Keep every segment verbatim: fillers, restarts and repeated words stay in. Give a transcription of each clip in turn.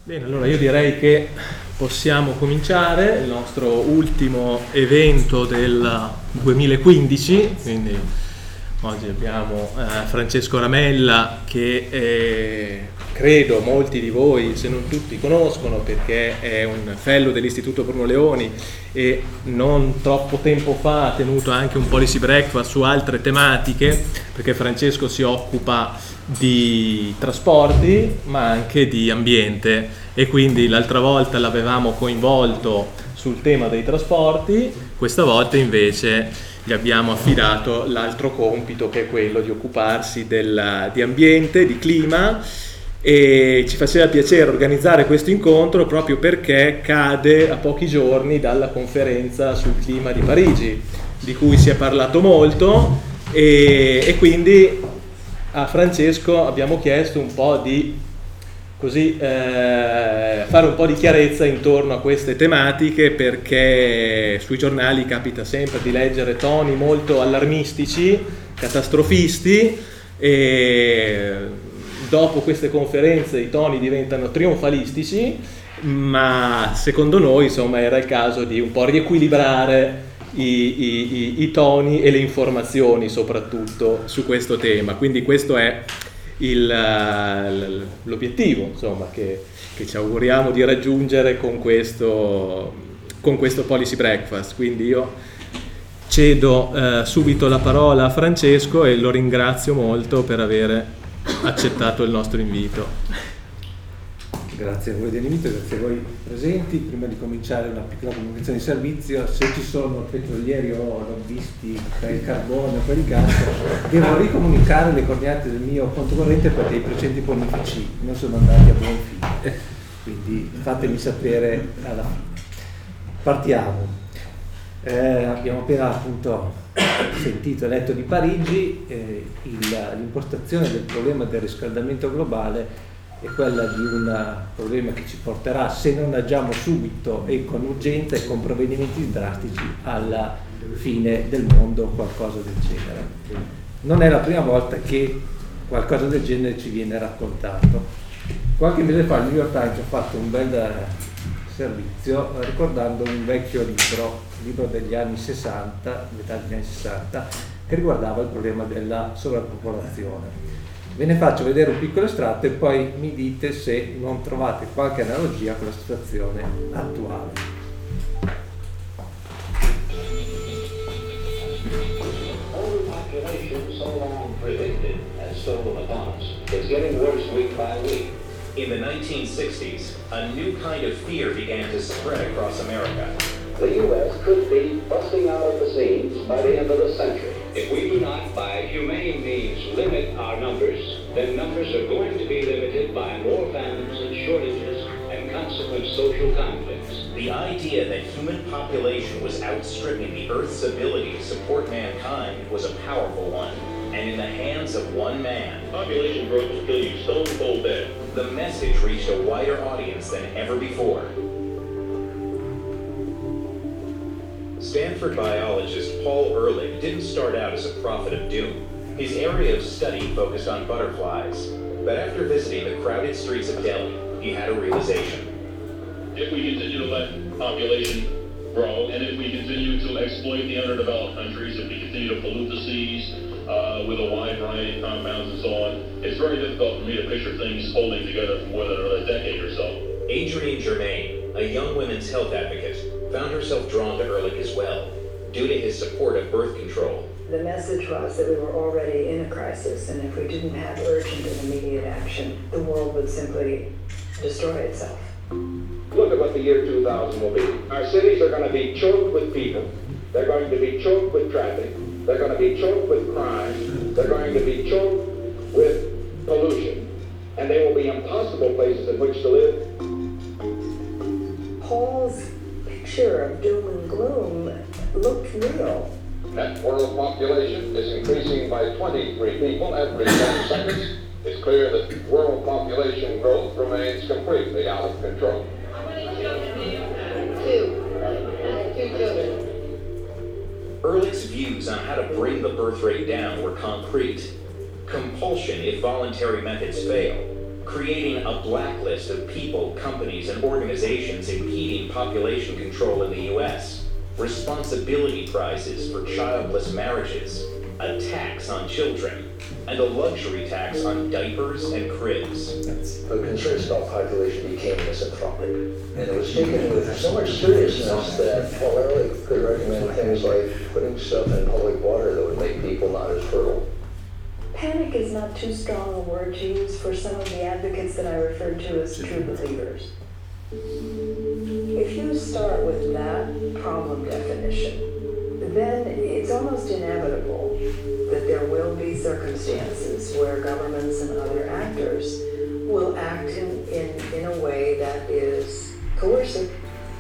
Bene, allora io direi che possiamo cominciare il nostro ultimo evento del duemilaquindici, quindi oggi abbiamo eh, Francesco Ramella che eh, credo molti di voi, se non tutti, conoscono perché è un fellow dell'Istituto Bruno Leoni e non troppo tempo fa ha tenuto anche un policy breakfast su altre tematiche, perché Francesco si occupa di trasporti ma anche di ambiente e quindi l'altra volta l'avevamo coinvolto sul tema dei trasporti, questa volta invece gli abbiamo affidato l'altro compito, che è quello di occuparsi del, di ambiente, di clima, e ci faceva piacere organizzare questo incontro proprio perché cade a pochi giorni dalla conferenza sul clima di Parigi, di cui si è parlato molto, e, e quindi a Francesco abbiamo chiesto un po' di così eh, fare un po' di chiarezza intorno a queste tematiche, perché sui giornali capita sempre di leggere toni molto allarmistici, catastrofisti, e dopo queste conferenze i toni diventano trionfalistici, ma secondo noi insomma era il caso di un po' riequilibrare I, i, i toni e le informazioni soprattutto su questo tema, quindi questo è il, l'obiettivo insomma che, che ci auguriamo di raggiungere con questo, con questo policy breakfast. Quindi io cedo eh, subito la parola a Francesco e lo ringrazio molto per aver accettato il nostro invito. Grazie a voi dell'invito, grazie a voi presenti. Prima di cominciare una piccola comunicazione di servizio: se ci sono petrolieri o lobbisti per il carbone o per il gas, devo ricomunicare le coordinate del mio conto corrente perché i precedenti bonifici non sono andati a buon fine, quindi fatemi sapere alla fine. Partiamo. Eh, abbiamo appena appunto sentito e letto di Parigi. eh, il, l'impostazione del problema del riscaldamento globale è quella di un problema che ci porterà, se non agiamo subito e con urgenza e con provvedimenti drastici, alla fine del mondo o qualcosa del genere. Non è la prima volta che qualcosa del genere ci viene raccontato. Qualche mese fa il New York Times ha fatto un bel servizio ricordando un vecchio libro, libro degli anni sessanta, metà degli anni sessanta, che riguardava il problema della sovrappopolazione. Ve ne faccio vedere un piccolo estratto e poi mi dite se non trovate qualche analogia con la situazione attuale. Overpopulation, so long predicted, has stolen upon us. It's getting worse week by week. In the nineteen sixties, a new kind of fear began to spread across America. The U S could be busting out of the seams by the end of the century. If we do not, by humane means, limit our numbers, then numbers are going to be limited by more famines and shortages and consequent social conflicts. The idea that human population was outstripping the Earth's ability to support mankind was a powerful one, and in the hands of one man, Population growth will kill you stone cold dead. the message reached a wider audience than ever before. Stanford biologist Paul Ehrlich didn't start out as a prophet of doom. His area of study focused on butterflies, but after visiting the crowded streets of Delhi, he had a realization. If we continue to let population grow, and if we continue to exploit the underdeveloped countries, if we continue to pollute the seas uh, with a wide variety of compounds and so on, it's very difficult for me to picture things holding together for more than another decade or so. Adrienne Germain, a young women's health advocate, found herself drawn to Ehrlich as well, due to his support of birth control. The message was that we were already in a crisis, and if we didn't have urgent and immediate action, the world would simply destroy itself. Look at what the year two thousand will be. Our cities are going to be choked with people. They're going to be choked with traffic. They're going to be choked with crime. They're going to be choked with pollution. And they will be impossible places in which to live. Paul's picture of doom and gloom looked real. Net world population is increasing by twenty-three people every ten seconds. It's clear that world population growth remains completely out of control. Two. Two children. Ehrlich's views on how to bring the birth rate down were concrete. Compulsion if voluntary methods fail. creating a blacklist of people, companies, and organizations impeding population control in the U S, responsibility prizes for childless marriages, a tax on children, and a luxury tax on diapers and cribs. The concerns about population became misanthropic, and it was taken with so much seriousness that Paul Ehrlich could recommend things like putting stuff in public water that would make people not as fertile. Panic is not too strong a word to use for some of the advocates that I referred to as true believers. If you start with that problem definition, then it's almost inevitable that there will be circumstances where governments and other actors will act in, in, in a way that is coercive.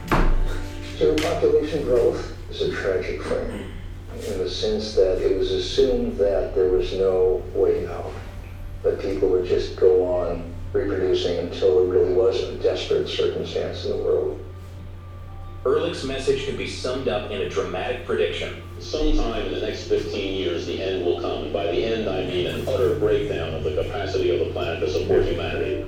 So population growth is a tragic thing, in the sense that it was assumed that there was no way out, that people would just go on reproducing until there really was a desperate circumstance in the world. Ehrlich's message can be summed up in a dramatic prediction. Sometime in the next fifteen years, the end will come, and by the end I mean an utter breakdown of the capacity of the planet to support humanity.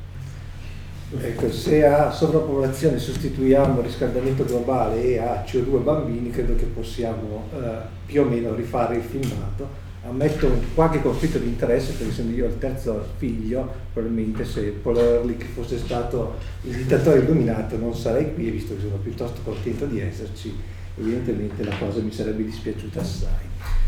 Ecco, se a sovrappopolazione sostituiamo il riscaldamento globale e a C O due bambini, credo che possiamo eh, più o meno rifare il filmato. Ammetto un qualche conflitto di interesse, perché essendo io il terzo figlio, probabilmente se Paul Ehrlich fosse stato il dittatore illuminato non sarei qui, visto che sono piuttosto contento di esserci, evidentemente la cosa mi sarebbe dispiaciuta assai.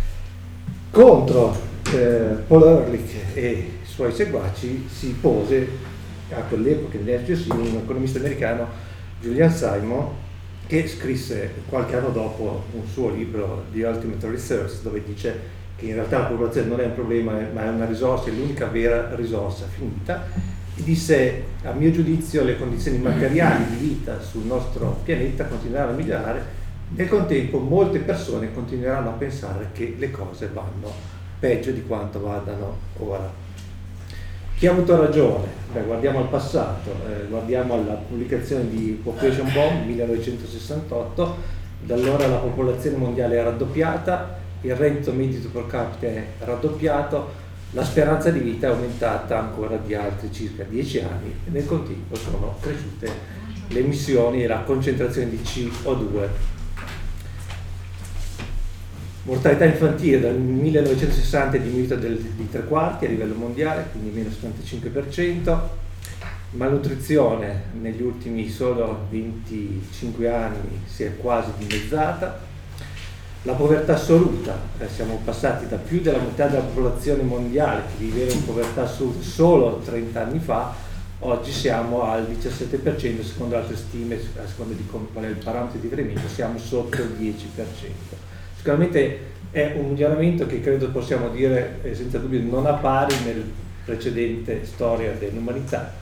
Contro eh, Paul Ehrlich e i suoi seguaci si pose a quell'epoca, negli anni successivi, un economista americano, Julian Simon, che scrisse qualche anno dopo un suo libro, The Ultimate Research, dove dice che in realtà la popolazione non è un problema ma è una risorsa, è l'unica vera risorsa finita, e disse: a mio giudizio le condizioni materiali di vita sul nostro pianeta continueranno a migliorare, nel contempo molte persone continueranno a pensare che le cose vanno peggio di quanto vadano ora. Chi ha avuto ragione? Beh, guardiamo al passato, eh, guardiamo alla pubblicazione di Population Bomb millenovecentosessantotto, da allora la popolazione mondiale è raddoppiata, il reddito medio per capite è raddoppiato, la speranza di vita è aumentata ancora di altri circa dieci anni e nel contempo sono cresciute le emissioni e la concentrazione di C O due. Mortalità infantile dal millenovecentosessanta è diminuita del, di tre quarti a livello mondiale, quindi meno settantacinque per cento. Malnutrizione negli ultimi solo venticinque anni si è quasi dimezzata. La povertà assoluta, eh, siamo passati da più della metà della popolazione mondiale che viveva in povertà assoluta solo trenta anni fa, oggi siamo al diciassette per cento, secondo altre stime, a seconda di qual è il parametro di riferimento, siamo sotto il dieci per cento. Sicuramente è un miglioramento che credo possiamo dire eh, senza dubbio non ha pari nel precedente storia dell'umanità.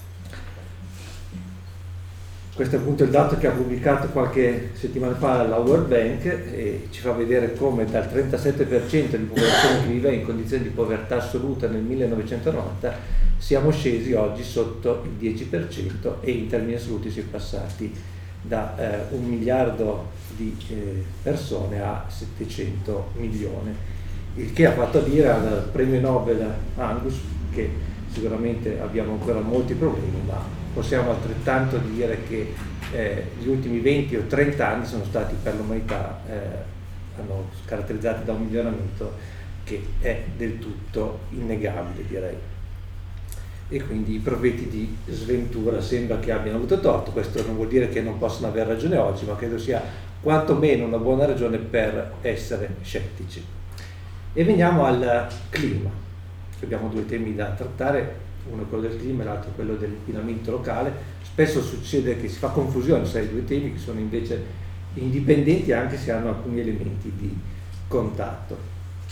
Questo è appunto il dato che ha pubblicato qualche settimana fa la World Bank e ci fa vedere come dal trentasette per cento di popolazione che vive in condizioni di povertà assoluta nel millenovecentonovanta siamo scesi oggi sotto il dieci per cento e in termini assoluti si è passati da eh, un miliardo di eh, persone a settecento milioni, il che ha fatto dire al premio Nobel Angus che sicuramente abbiamo ancora molti problemi, ma possiamo altrettanto dire che eh, gli ultimi venti o trenta anni sono stati per l'umanità eh, hanno caratterizzati da un miglioramento che è del tutto innegabile, direi. E quindi i profeti di sventura sembra che abbiano avuto torto. Questo non vuol dire che non possano aver ragione oggi, ma credo sia quantomeno una buona ragione per essere scettici. E veniamo al clima. Abbiamo due temi da trattare, uno è quello del clima e l'altro è quello dell'inquinamento locale. Spesso succede che si fa confusione tra i due temi, che sono invece indipendenti anche se hanno alcuni elementi di contatto.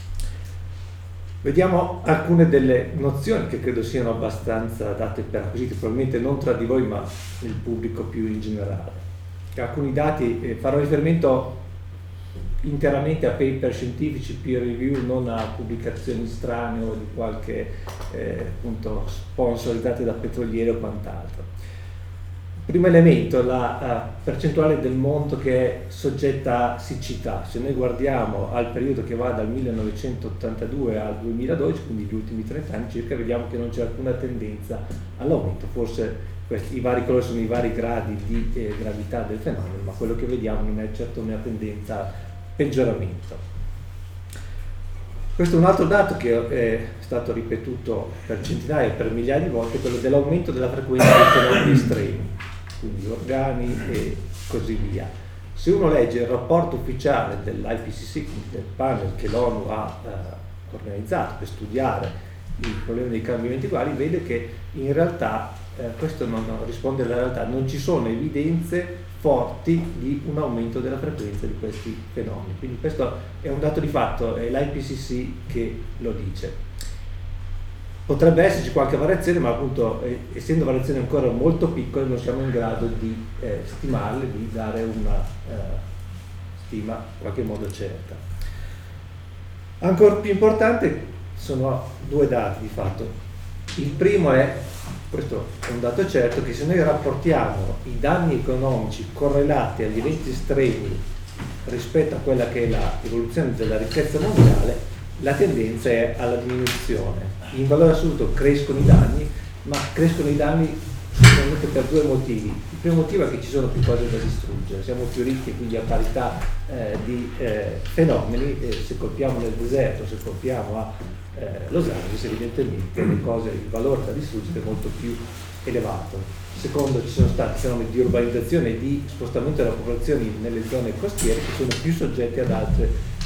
Vediamo alcune delle nozioni che credo siano abbastanza date per acquisite, probabilmente non tra di voi ma il pubblico più in generale. Alcuni dati, eh, farò riferimento interamente a paper scientifici, peer review, non a pubblicazioni strane o di qualche eh, appunto sponsorizzate da petroliere o quant'altro. Primo elemento, la uh, percentuale del mondo che è soggetta a siccità. Se noi guardiamo al periodo che va dal millenovecentottantadue al duemiladodici, quindi gli ultimi trenta anni circa, vediamo che non c'è alcuna tendenza all'aumento. Forse questi, i vari colori sono i vari gradi di eh, gravità del fenomeno, ma quello che vediamo non è certo una tendenza a peggioramento. Questo è un altro dato che è stato ripetuto per centinaia e per migliaia di volte, quello dell'aumento della frequenza dei fenomeni estremi, quindi organi e così via. Se uno legge il rapporto ufficiale dell'I P C C, quindi del panel che l'ONU ha eh, organizzato per studiare il problema dei cambiamenti globali, vede che in realtà eh, questo non, non risponde alla realtà, non ci sono evidenze forti di un aumento della frequenza di questi fenomeni. Quindi questo è un dato di fatto, è l'I P C C che lo dice. Potrebbe esserci qualche variazione, ma appunto eh, essendo variazioni ancora molto piccole non siamo in grado di eh, stimarle, di dare una eh, stima in qualche modo certa. Ancora più importante sono due dati di fatto. Il primo è, questo è un dato certo, che se noi rapportiamo i danni economici correlati agli eventi estremi rispetto a quella che è l'evoluzione della ricchezza mondiale, la tendenza è alla diminuzione. In valore assoluto crescono i danni, ma crescono i danni solamente per due motivi. Il primo motivo è che ci sono più cose da distruggere, siamo più ricchi e quindi a parità eh, di eh, fenomeni, eh, se colpiamo nel deserto, se colpiamo a eh, Los Angeles, evidentemente le cose, il valore da distruggere è molto più elevato. Secondo, ci sono stati fenomeni di urbanizzazione e di spostamento della popolazione nelle zone costiere che sono più soggetti ad altri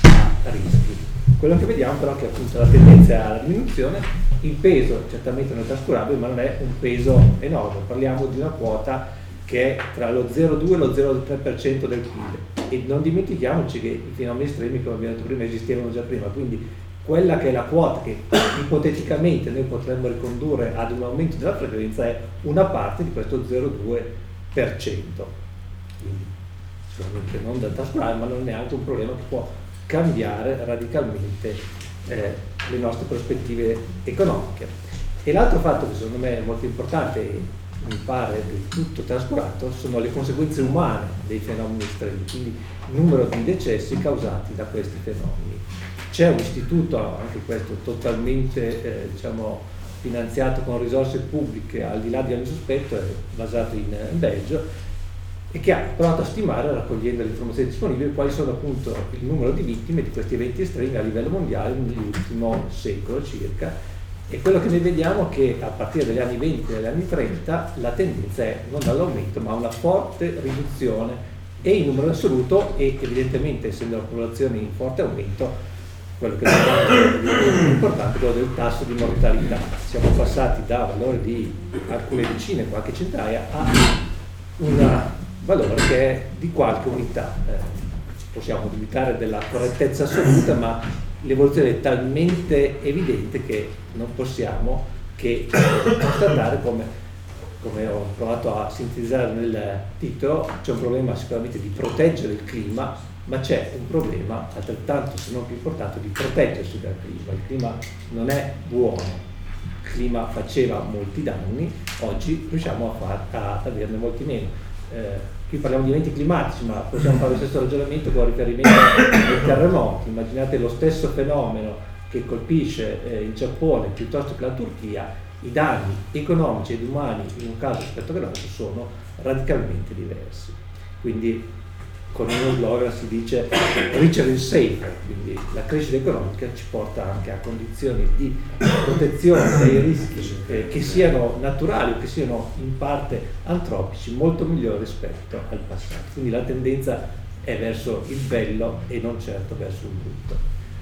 rischi. Quello che vediamo però è che appunto la tendenza è alla diminuzione, il peso certamente non è trascurabile, ma non è un peso enorme, parliamo di una quota che è tra lo zero virgola due e lo zero virgola tre per cento del P I L, e non dimentichiamoci che i fenomeni estremi, come abbiamo detto prima, esistevano già prima, quindi quella che è la quota che ipoteticamente noi potremmo ricondurre ad un aumento della frequenza è una parte di questo zero virgola due per cento, quindi sicuramente non da trascurare, ma non è neanche un problema che può cambiare radicalmente eh, le nostre prospettive economiche. E l'altro fatto che secondo me è molto importante e mi pare del tutto trascurato sono le conseguenze umane dei fenomeni estremi, quindi il numero di decessi causati da questi fenomeni. C'è un istituto, anche questo totalmente eh, diciamo, finanziato con risorse pubbliche al di là di ogni sospetto, è basato in, in Belgio, e che ha provato a stimare, raccogliendo le informazioni disponibili, quali sono appunto il numero di vittime di questi eventi estremi a livello mondiale nell'ultimo secolo circa, e quello che noi vediamo è che a partire dagli anni venti e dagli anni trenta la tendenza è non all'aumento ma a una forte riduzione e in numero assoluto, e evidentemente essendo la popolazione in forte aumento quello che è importante è quello del tasso di mortalità. Siamo passati da valori di alcune decine, qualche centinaia, a un valore che è di qualche unità. Eh, possiamo dubitare della correttezza assoluta, ma l'evoluzione è talmente evidente che non possiamo che constatare come, come ho provato a sintetizzare nel titolo, c'è un problema sicuramente di proteggere il clima, ma c'è un problema altrettanto se non più importante di proteggersi dal clima. Il clima non è buono, il clima faceva molti danni, oggi riusciamo a, far, a averne molti meno. Eh, qui parliamo di eventi climatici, ma possiamo fare lo stesso ragionamento con riferimento ai terremoti. Immaginate lo stesso fenomeno che colpisce eh, il Giappone piuttosto che la Turchia, i danni economici ed umani in un caso rispetto all'altro sono radicalmente diversi. Quindi con uno slogan si dice richer and safer, quindi la crescita economica ci porta anche a condizioni di protezione dai rischi eh, che siano naturali o che siano in parte antropici molto migliori rispetto al passato. Quindi la tendenza è verso il bello e non certo verso il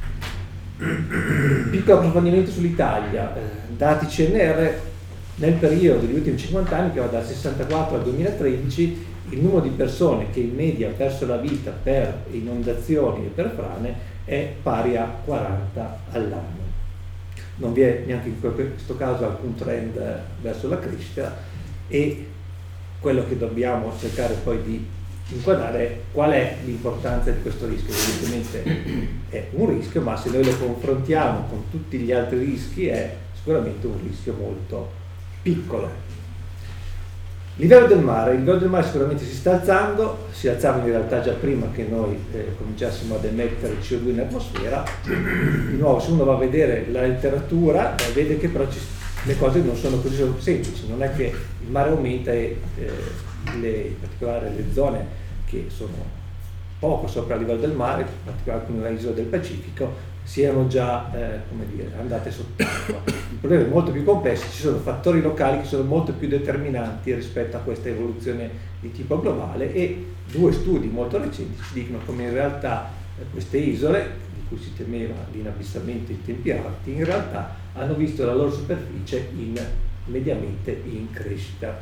brutto. Piccolo approfondimento sull'Italia, eh, dati C N R nel periodo degli ultimi cinquanta anni, che va dal sessantaquattro al duemilatredici, il numero di persone che in media ha perso la vita per inondazioni e per frane è pari a quaranta all'anno. Non vi è neanche in questo caso alcun trend verso la crescita, e quello che dobbiamo cercare poi di inquadrare è qual è l'importanza di questo rischio. Evidentemente è un rischio, ma se noi lo confrontiamo con tutti gli altri rischi è sicuramente un rischio molto piccolo. Il livello del mare, il livello del mare sicuramente si sta alzando, si alzava in realtà già prima che noi eh, cominciassimo ad emettere C O due in atmosfera. Di nuovo, se uno va a vedere la letteratura, eh, vede che però ci, le cose non sono così semplici, non è che il mare aumenta e eh, le, in particolare le zone che sono poco sopra il livello del mare, in particolare come le isole del Pacifico, siano già eh, come dire, andate sott'acqua. Il problema è molto più complesso, ci sono fattori locali che sono molto più determinanti rispetto a questa evoluzione di tipo globale, e due studi molto recenti ci dicono come in realtà eh, queste isole, di cui si temeva l'inabissamento in tempi alti, in realtà hanno visto la loro superficie in, mediamente in crescita.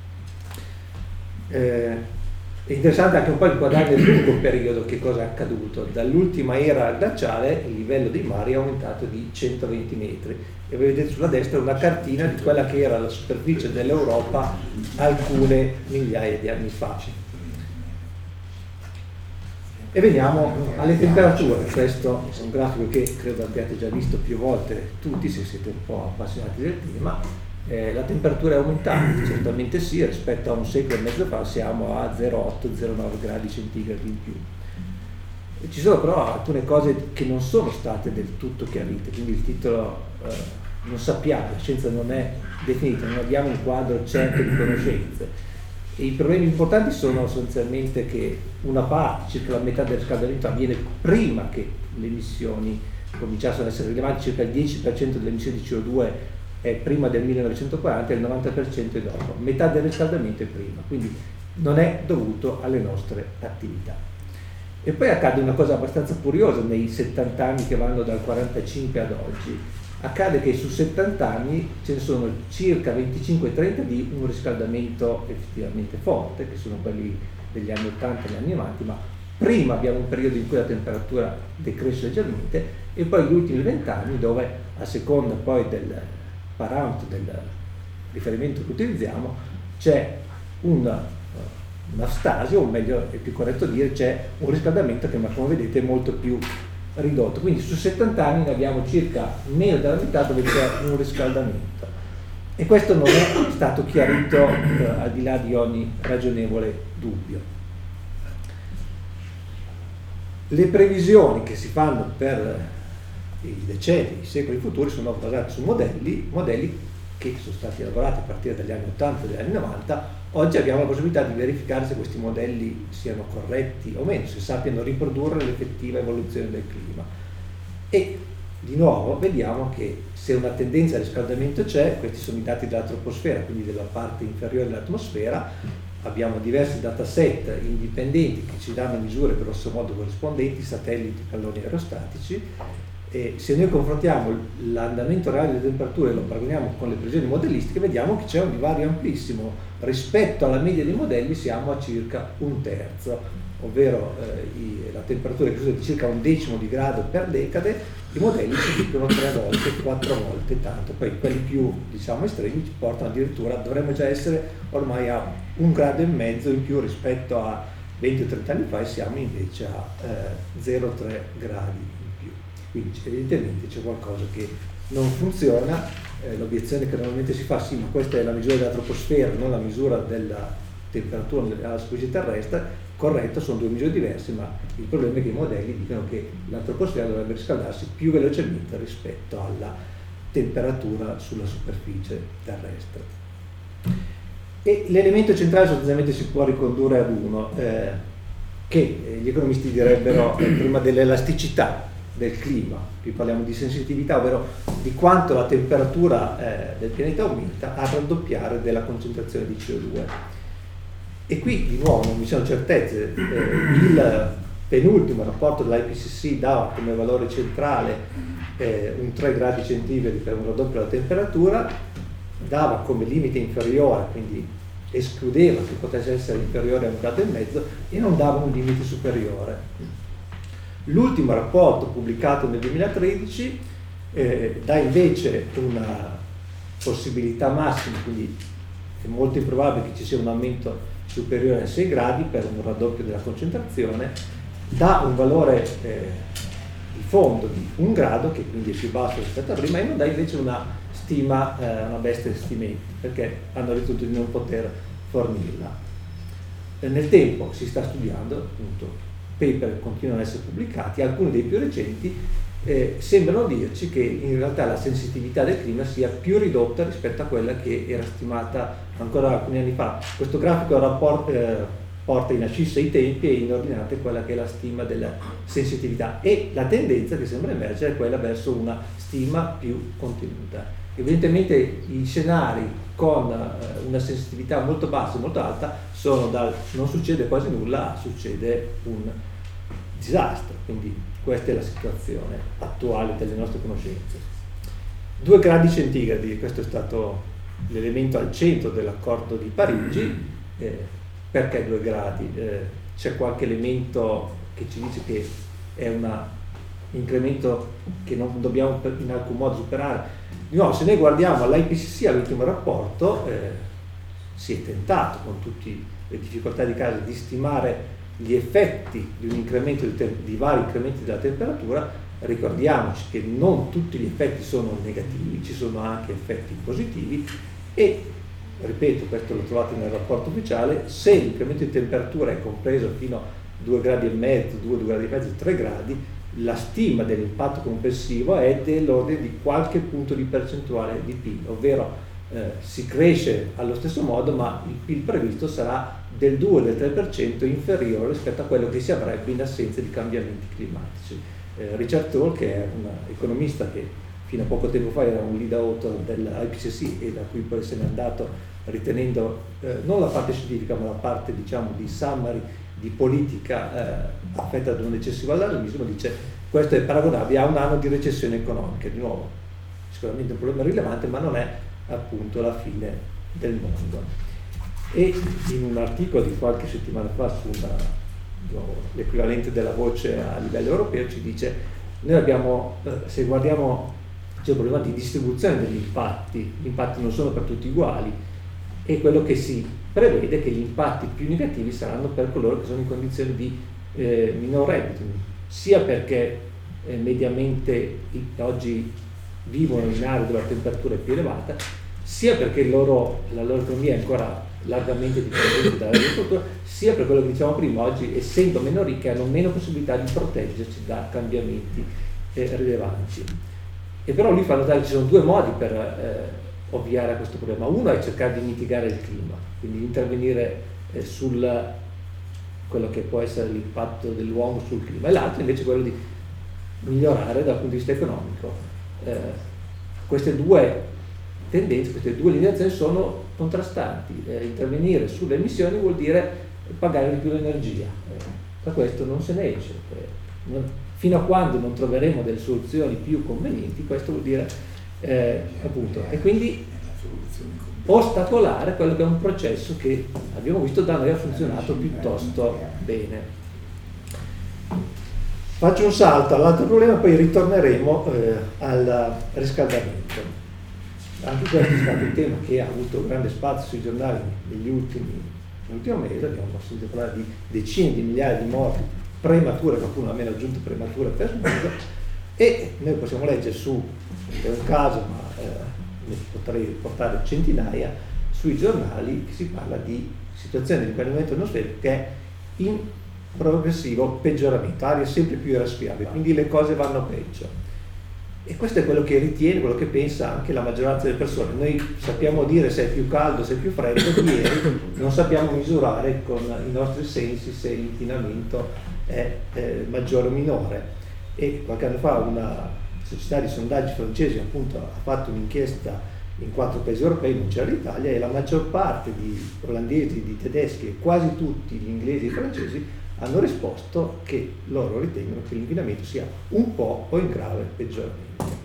Eh, È interessante anche un po' inquadrare nel lungo periodo che cosa è accaduto. Dall'ultima era glaciale il livello dei mari è aumentato di centoventi metri, e vedete sulla destra una cartina di quella che era la superficie dell'Europa alcune migliaia di anni fa. E veniamo alle temperature. Questo è un grafico che credo abbiate già visto più volte tutti se siete un po' appassionati del clima. Eh, la temperatura è aumentata, certamente sì, rispetto a un secolo e mezzo fa siamo a zero virgola otto zero virgola nove gradi centigradi in più. E ci sono però alcune cose che non sono state del tutto chiarite, quindi il titolo eh, non sappiamo, la scienza non è definita, non abbiamo un quadro certo di conoscenze. E i problemi importanti sono sostanzialmente che una parte, circa la metà del riscaldamento, avviene prima che le emissioni cominciassero ad essere rilevanti, circa il dieci per cento delle emissioni di C O due è prima del millenovecentoquaranta e il novanta per cento è dopo, metà del riscaldamento è prima, quindi non è dovuto alle nostre attività. E poi accade una cosa abbastanza curiosa nei settanta anni che vanno dal quarantacinque ad oggi. Accade che su settanta anni ce ne sono circa venticinque trenta di un riscaldamento effettivamente forte, che sono quelli degli anni ottanta e degli anni novanta, ma prima abbiamo un periodo in cui la temperatura decresce leggermente, e poi gli ultimi vent'anni dove, a seconda poi del parametro del riferimento che utilizziamo, c'è una, una stasi, o meglio è più corretto dire c'è un riscaldamento che, ma come vedete, è molto più ridotto. Quindi su settanta anni ne abbiamo circa meno della metà dove c'è un riscaldamento, e questo non è stato chiarito eh, al di là di ogni ragionevole dubbio. Le previsioni che si fanno per i decenni, i secoli futuri sono basati su modelli, modelli che sono stati elaborati a partire dagli anni ottanta e dagli anni novanta. Oggi abbiamo la possibilità di verificare se questi modelli siano corretti o meno, se sappiano riprodurre l'effettiva evoluzione del clima. E di nuovo vediamo che se una tendenza al riscaldamento c'è, questi sono i dati della troposfera, quindi della parte inferiore dell'atmosfera. Abbiamo diversi dataset indipendenti che ci danno misure grosso modo corrispondenti, satelliti, palloni aerostatici. E se noi confrontiamo l'andamento reale delle temperature e lo paragoniamo con le previsioni modellistiche, vediamo che c'è un divario amplissimo. Rispetto alla media dei modelli siamo a circa un terzo, ovvero eh, i, la temperatura è di circa un decimo di grado per decade. I modelli ci dicono tre volte, quattro volte tanto, poi quelli più, diciamo, estremi ci portano addirittura, dovremmo già essere ormai a un grado e mezzo in più rispetto a venti o trenta anni fa, e siamo invece a eh, zero virgola tre gradi. Quindi evidentemente c'è qualcosa che non funziona. Eh, l'obiezione che normalmente si fa, sì, ma questa è la misura della troposfera, non la misura della temperatura alla superficie terrestre. Corretto, sono due misure diverse, ma il problema è che i modelli dicono che la troposfera dovrebbe riscaldarsi più velocemente rispetto alla temperatura sulla superficie terrestre. E l'elemento centrale sostanzialmente si può ricondurre ad uno, eh, che gli economisti direbbero il problema dell'elasticità del clima. Qui parliamo di sensitività, ovvero di quanto la temperatura eh, del pianeta aumenta a raddoppiare della concentrazione di C O due. E qui di nuovo non vi sono certezze. Eh, il penultimo rapporto dell'I P C C dava come valore centrale eh, un tre gradi centigradi per un raddoppio della temperatura, dava come limite inferiore, quindi escludeva che potesse essere inferiore a un grado e mezzo, e non dava un limite superiore. L'ultimo rapporto pubblicato nel duemilatredici eh, dà invece una possibilità massima, quindi è molto improbabile che ci sia un aumento superiore a sei gradi per un raddoppio della concentrazione, dà un valore eh, di fondo di un grado, che quindi è più basso rispetto a prima, e non dà invece una stima, eh, una best estimate, perché hanno ritenuto di non poter fornirla. Eh, nel tempo si sta studiando, appunto, paper continuano ad essere pubblicati, alcuni dei più recenti eh, sembrano dirci che in realtà la sensitività del clima sia più ridotta rispetto a quella che era stimata ancora alcuni anni fa. Questo grafico rapport, eh, porta in ascissa i tempi e in ordinate quella che è la stima della sensitività, e la tendenza che sembra emergere è quella verso una stima più contenuta. Evidentemente i scenari con eh, una sensitività molto bassa e molto alta sono dal non succede quasi nulla a succede un disastro, quindi questa è la situazione attuale delle nostre conoscenze. Due gradi centigradi, questo è stato l'elemento al centro dell'accordo di Parigi. Eh, perché due gradi? Eh, c'è qualche elemento che ci dice che è un incremento che non dobbiamo in alcun modo superare. Di nuovo, se noi guardiamo all'I P C C, all'ultimo rapporto, eh, si è tentato con tutte le difficoltà di caso di stimare gli effetti di un incremento di, te- di vari incrementi della temperatura. Ricordiamoci che non tutti gli effetti sono negativi, ci sono anche effetti positivi, e ripeto, questo lo trovate nel rapporto ufficiale: se l'incremento di temperatura è compreso fino a due gradi e mezzo, due, due gradi e mezzo, tre gradi, la stima dell'impatto complessivo è dell'ordine di qualche punto di percentuale di P I L, ovvero eh, si cresce allo stesso modo, ma il P I L previsto sarà del due o del tre per cento inferiore rispetto a quello che si avrebbe in assenza di cambiamenti climatici. Eh, Richard Thaler, che è un economista che fino a poco tempo fa era un lead author dell'I P C C e da cui poi se n'è andato ritenendo eh, non la parte scientifica ma la parte, diciamo, di summary di politica eh, affetta da un eccessivo allarmismo, dice questo è paragonabile a un anno di recessione economica. Di nuovo, sicuramente un problema rilevante, ma non è appunto la fine del mondo. E in un articolo di qualche settimana fa sull'equivalente della voce a livello europeo ci dice: noi abbiamo, eh, se guardiamo, c'è un problema di distribuzione degli impatti, gli impatti non sono per tutti uguali, e quello che si prevede è che gli impatti più negativi saranno per coloro che sono in condizioni di eh, minor reddito, sia perché eh, mediamente oggi vivono in aree dove la temperatura è più elevata, sia perché il loro, la loro economia è ancora largamente dipendente dall'agricoltura, sia per quello che dicevamo prima, oggi essendo meno ricche hanno meno possibilità di proteggersi da cambiamenti eh, rilevanti. E però lui fa notare che ci sono due modi per eh, ovviare a questo problema. Uno è cercare di mitigare il clima, quindi intervenire eh, sul quello che può essere l'impatto dell'uomo sul clima, e l'altro invece è quello di migliorare dal punto di vista economico. Eh, queste due tendenze, queste due linee d'azione sono contrastanti. Eh, intervenire sulle emissioni vuol dire pagare di più l'energia, eh, da questo non se ne esce. Eh, non, fino a quando non troveremo delle soluzioni più convenienti, questo vuol dire eh, appunto, e quindi ostacolare quello che è un processo che abbiamo visto da noi ha funzionato piuttosto bene. Faccio un salto all'altro problema, poi ritorneremo eh, al riscaldamento. Anche questo è stato un tema che ha avuto grande spazio sui giornali negli ultimi l'ultimo mese. Abbiamo sentito parlare di decine di migliaia di morti premature, qualcuno almeno aggiunto premature per sbaglio, e noi possiamo leggere su, è un caso ma eh, ne potrei portare centinaia, sui giornali che si parla di situazione di inquinamento atmosferico che è in progressivo peggioramento, aria sempre più irrespirabile, quindi le cose vanno peggio. E questo è quello che ritiene, quello che pensa anche la maggioranza delle persone. Noi sappiamo dire se è più caldo, se è più freddo, di ieri non sappiamo misurare con i nostri sensi se l'inquinamento è eh, maggiore o minore. E qualche anno fa una società di sondaggi francesi appunto ha fatto un'inchiesta in quattro paesi europei, non c'era l'Italia, e la maggior parte di olandesi, di tedeschi e quasi tutti gli inglesi e i francesi hanno risposto che loro ritengono che l'inquinamento sia un po' o in grave peggioramento.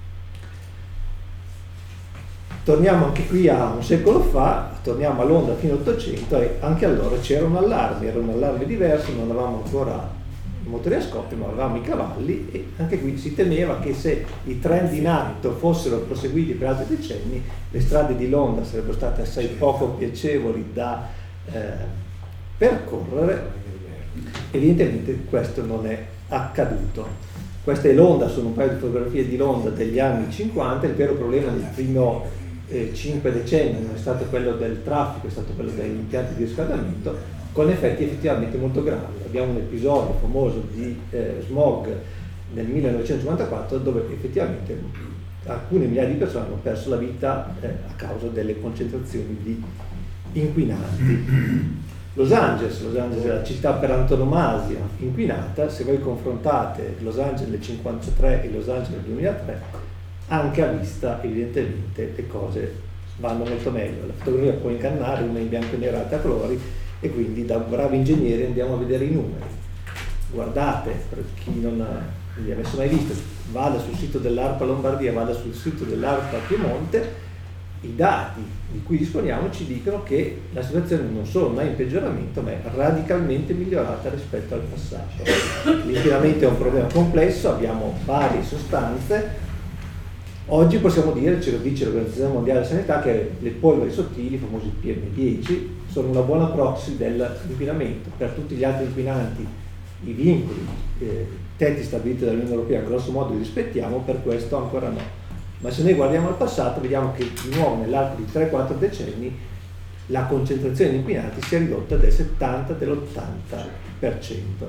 Torniamo anche qui a un secolo fa, torniamo a Londra fino all'Ottocento, e anche allora c'era un allarme, era un allarme diverso, non avevamo ancora i motori a scoppio, ma avevamo i cavalli, e anche qui si temeva che se i trend in atto fossero proseguiti per altri decenni, le strade di Londra sarebbero state assai poco piacevoli da eh, percorrere. Evidentemente questo non è accaduto. Questa è Londra, sono un paio di fotografie di Londra degli anni cinquanta. Il vero problema del primo eh, cinque decenni non è stato quello del traffico, è stato quello degli impianti di riscaldamento, con effetti effettivamente molto gravi. Abbiamo un episodio famoso di eh, smog nel millenovecentocinquantaquattro dove effettivamente alcune migliaia di persone hanno perso la vita eh, a causa delle concentrazioni di inquinanti. Los Angeles, Los Angeles è la città per antonomasia inquinata. Se voi confrontate Los Angeles del cinquantatré e Los Angeles del duemilatré, anche a vista evidentemente le cose vanno molto meglio. La fotografia può ingannare, una in bianco e nero, altra a colori, e quindi da bravi ingegneri andiamo a vedere i numeri. Guardate, per chi non li avesse mai visto, vada sul sito dell'ARPA Lombardia, vada sul sito dell'ARPA Piemonte, i dati di cui disponiamo ci dicono che la situazione non solo non è in peggioramento, ma è radicalmente migliorata rispetto al passato. L'inquinamento è un problema complesso, abbiamo varie sostanze. Oggi possiamo dire, ce lo dice l'Organizzazione Mondiale della Sanità, che le polveri sottili, i famosi P M dieci, sono una buona proxy dell'inquinamento. Per tutti gli altri inquinanti i vincoli, eh, tetti stabiliti dall'Unione Europea grosso modo li rispettiamo, per questo ancora no. Ma se noi guardiamo al passato vediamo che di nuovo nell'arco di tre quattro decenni la concentrazione di inquinanti si è ridotta del settanta dell'ottanta per cento.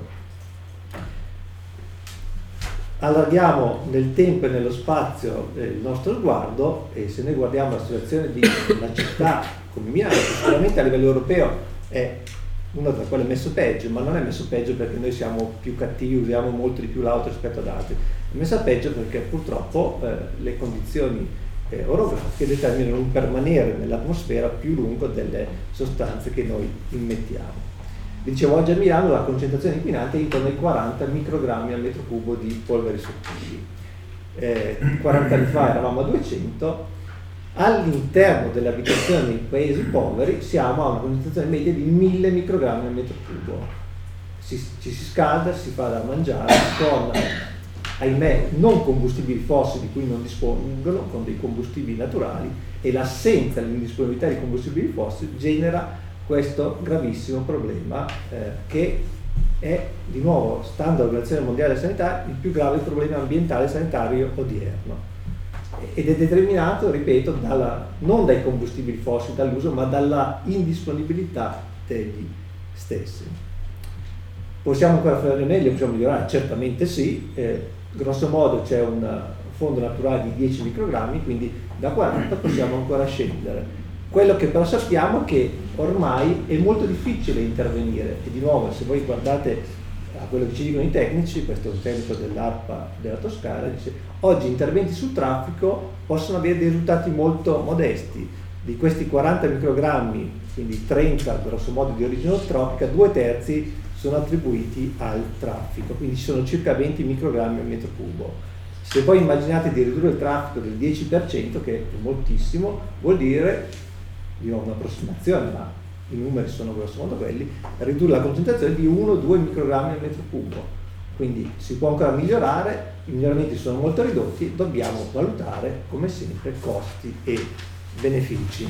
Allarghiamo nel tempo e nello spazio eh, il nostro sguardo, e se noi guardiamo la situazione di una città come Milano, che sicuramente a livello europeo è una tra quelle messo peggio, ma non è messo peggio perché noi siamo più cattivi, usiamo molto di più l'auto rispetto ad altri, è messa peggio perché purtroppo eh, le condizioni eh, orografiche determinano un permanere nell'atmosfera più lungo delle sostanze che noi immettiamo. Vi dicevo, oggi a Milano la concentrazione inquinante è intorno ai quaranta microgrammi al metro cubo di polveri sottili. Eh, quaranta anni fa eravamo a duecento. All'interno delle abitazioni dei paesi poveri siamo a una concentrazione media di mille microgrammi al metro cubo. Si, ci si scalda, si fa da mangiare con, ahimè, non combustibili fossili di cui non dispongono, con dei combustibili naturali, e l'assenza, l'indisponibilità di combustibili fossili genera questo gravissimo problema eh, che è, di nuovo, stando all'Organizzazione Mondiale della Sanità, il più grave problema ambientale e sanitario odierno. Ed è determinato, ripeto, dalla, non dai combustibili fossili, dall'uso, ma dalla indisponibilità degli stessi. Possiamo ancora fare meglio, possiamo migliorare? Certamente sì. Eh, grosso modo c'è un fondo naturale di dieci microgrammi, quindi da quaranta possiamo ancora scendere. Quello che però sappiamo è che ormai è molto difficile intervenire, e di nuovo, se voi guardate a quello che ci dicono i tecnici, questo è un tecnico dell'ARPA della Toscana, dice: oggi interventi sul traffico possono avere dei risultati molto modesti. Di questi quaranta microgrammi, quindi trenta grosso modo di origine eutrofica, due terzi sono attribuiti al traffico, quindi ci sono circa venti microgrammi al metro cubo. Se poi immaginate di ridurre il traffico del dieci per cento, che è moltissimo, vuol dire, di nuovo un'approssimazione, ma i numeri sono grosso modo quelli, ridurre la concentrazione di uno due microgrammi al metro cubo. Quindi si può ancora migliorare, i miglioramenti sono molto ridotti, dobbiamo valutare come sempre costi e benefici.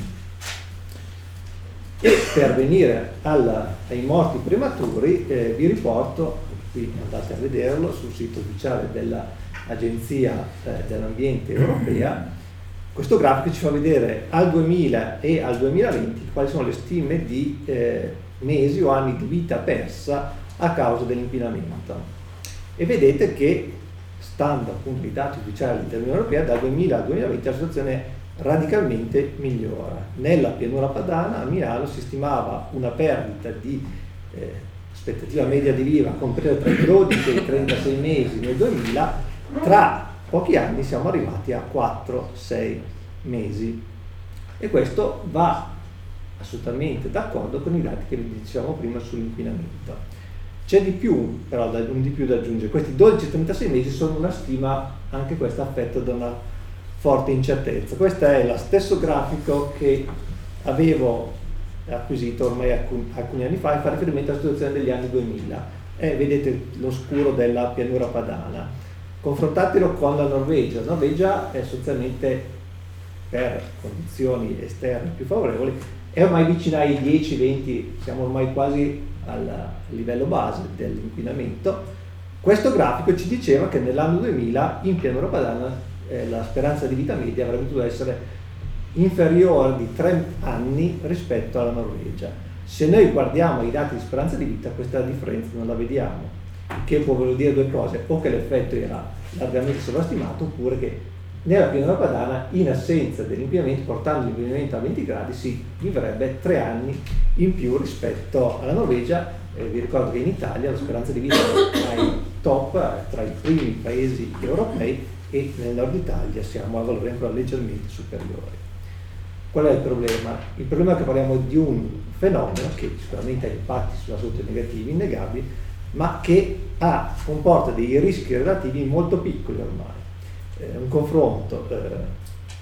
E per venire alla, ai morti prematuri eh, vi riporto, qui andate a vederlo sul sito ufficiale dell'Agenzia eh, dell'Ambiente Europea, questo grafico ci fa vedere al duemila e al duemilaventi quali sono le stime di eh, mesi o anni di vita persa a causa dell'inquinamento. E vedete che, stando appunto ai dati ufficiali dell'Unione Europea, dal duemila al duemilaventi la situazione radicalmente migliora. Nella pianura padana a Milano si stimava una perdita di eh, aspettativa media di vita compresa tra i dodici e i trentasei mesi nel duemila, tra pochi anni siamo arrivati a quattro sei mesi, e questo va assolutamente d'accordo con i dati che vi dicevamo prima sull'inquinamento. C'è di più, però, da, un di più da aggiungere. Questi dodici trentasei mesi sono una stima, anche questa affetta da una forte incertezza. Questo è lo stesso grafico che avevo acquisito ormai alcun, alcuni anni fa, e fa riferimento alla situazione degli anni duemila. Eh, vedete lo scuro della pianura padana. Confrontatelo con la Norvegia. La Norvegia è sostanzialmente, per condizioni esterne più favorevoli, è ormai vicina ai dieci venti, siamo ormai quasi al livello base dell'inquinamento. Questo grafico ci diceva che nell'anno duemila in pianura padana eh, la speranza di vita media avrebbe dovuto essere inferiore di tre anni rispetto alla Norvegia. Se noi guardiamo i dati di speranza di vita, questa differenza non la vediamo, che può voler dire due cose: o che l'effetto era largamente sovrastimato, oppure che nella pianura padana, in assenza dell'inquinamento, portando l'inquinamento a venti gradi, si vivrebbe tre anni in più rispetto alla Norvegia. Eh, vi ricordo che in Italia la speranza di vita è tra i top, tra i primi paesi europei, e nel nord Italia siamo a valori ancora leggermente superiori. Qual è il problema? Il problema è che parliamo di un fenomeno che sicuramente ha impatti sulla salute negativi, innegabili, ma che ha, comporta dei rischi relativi molto piccoli ormai. Eh, un confronto, eh,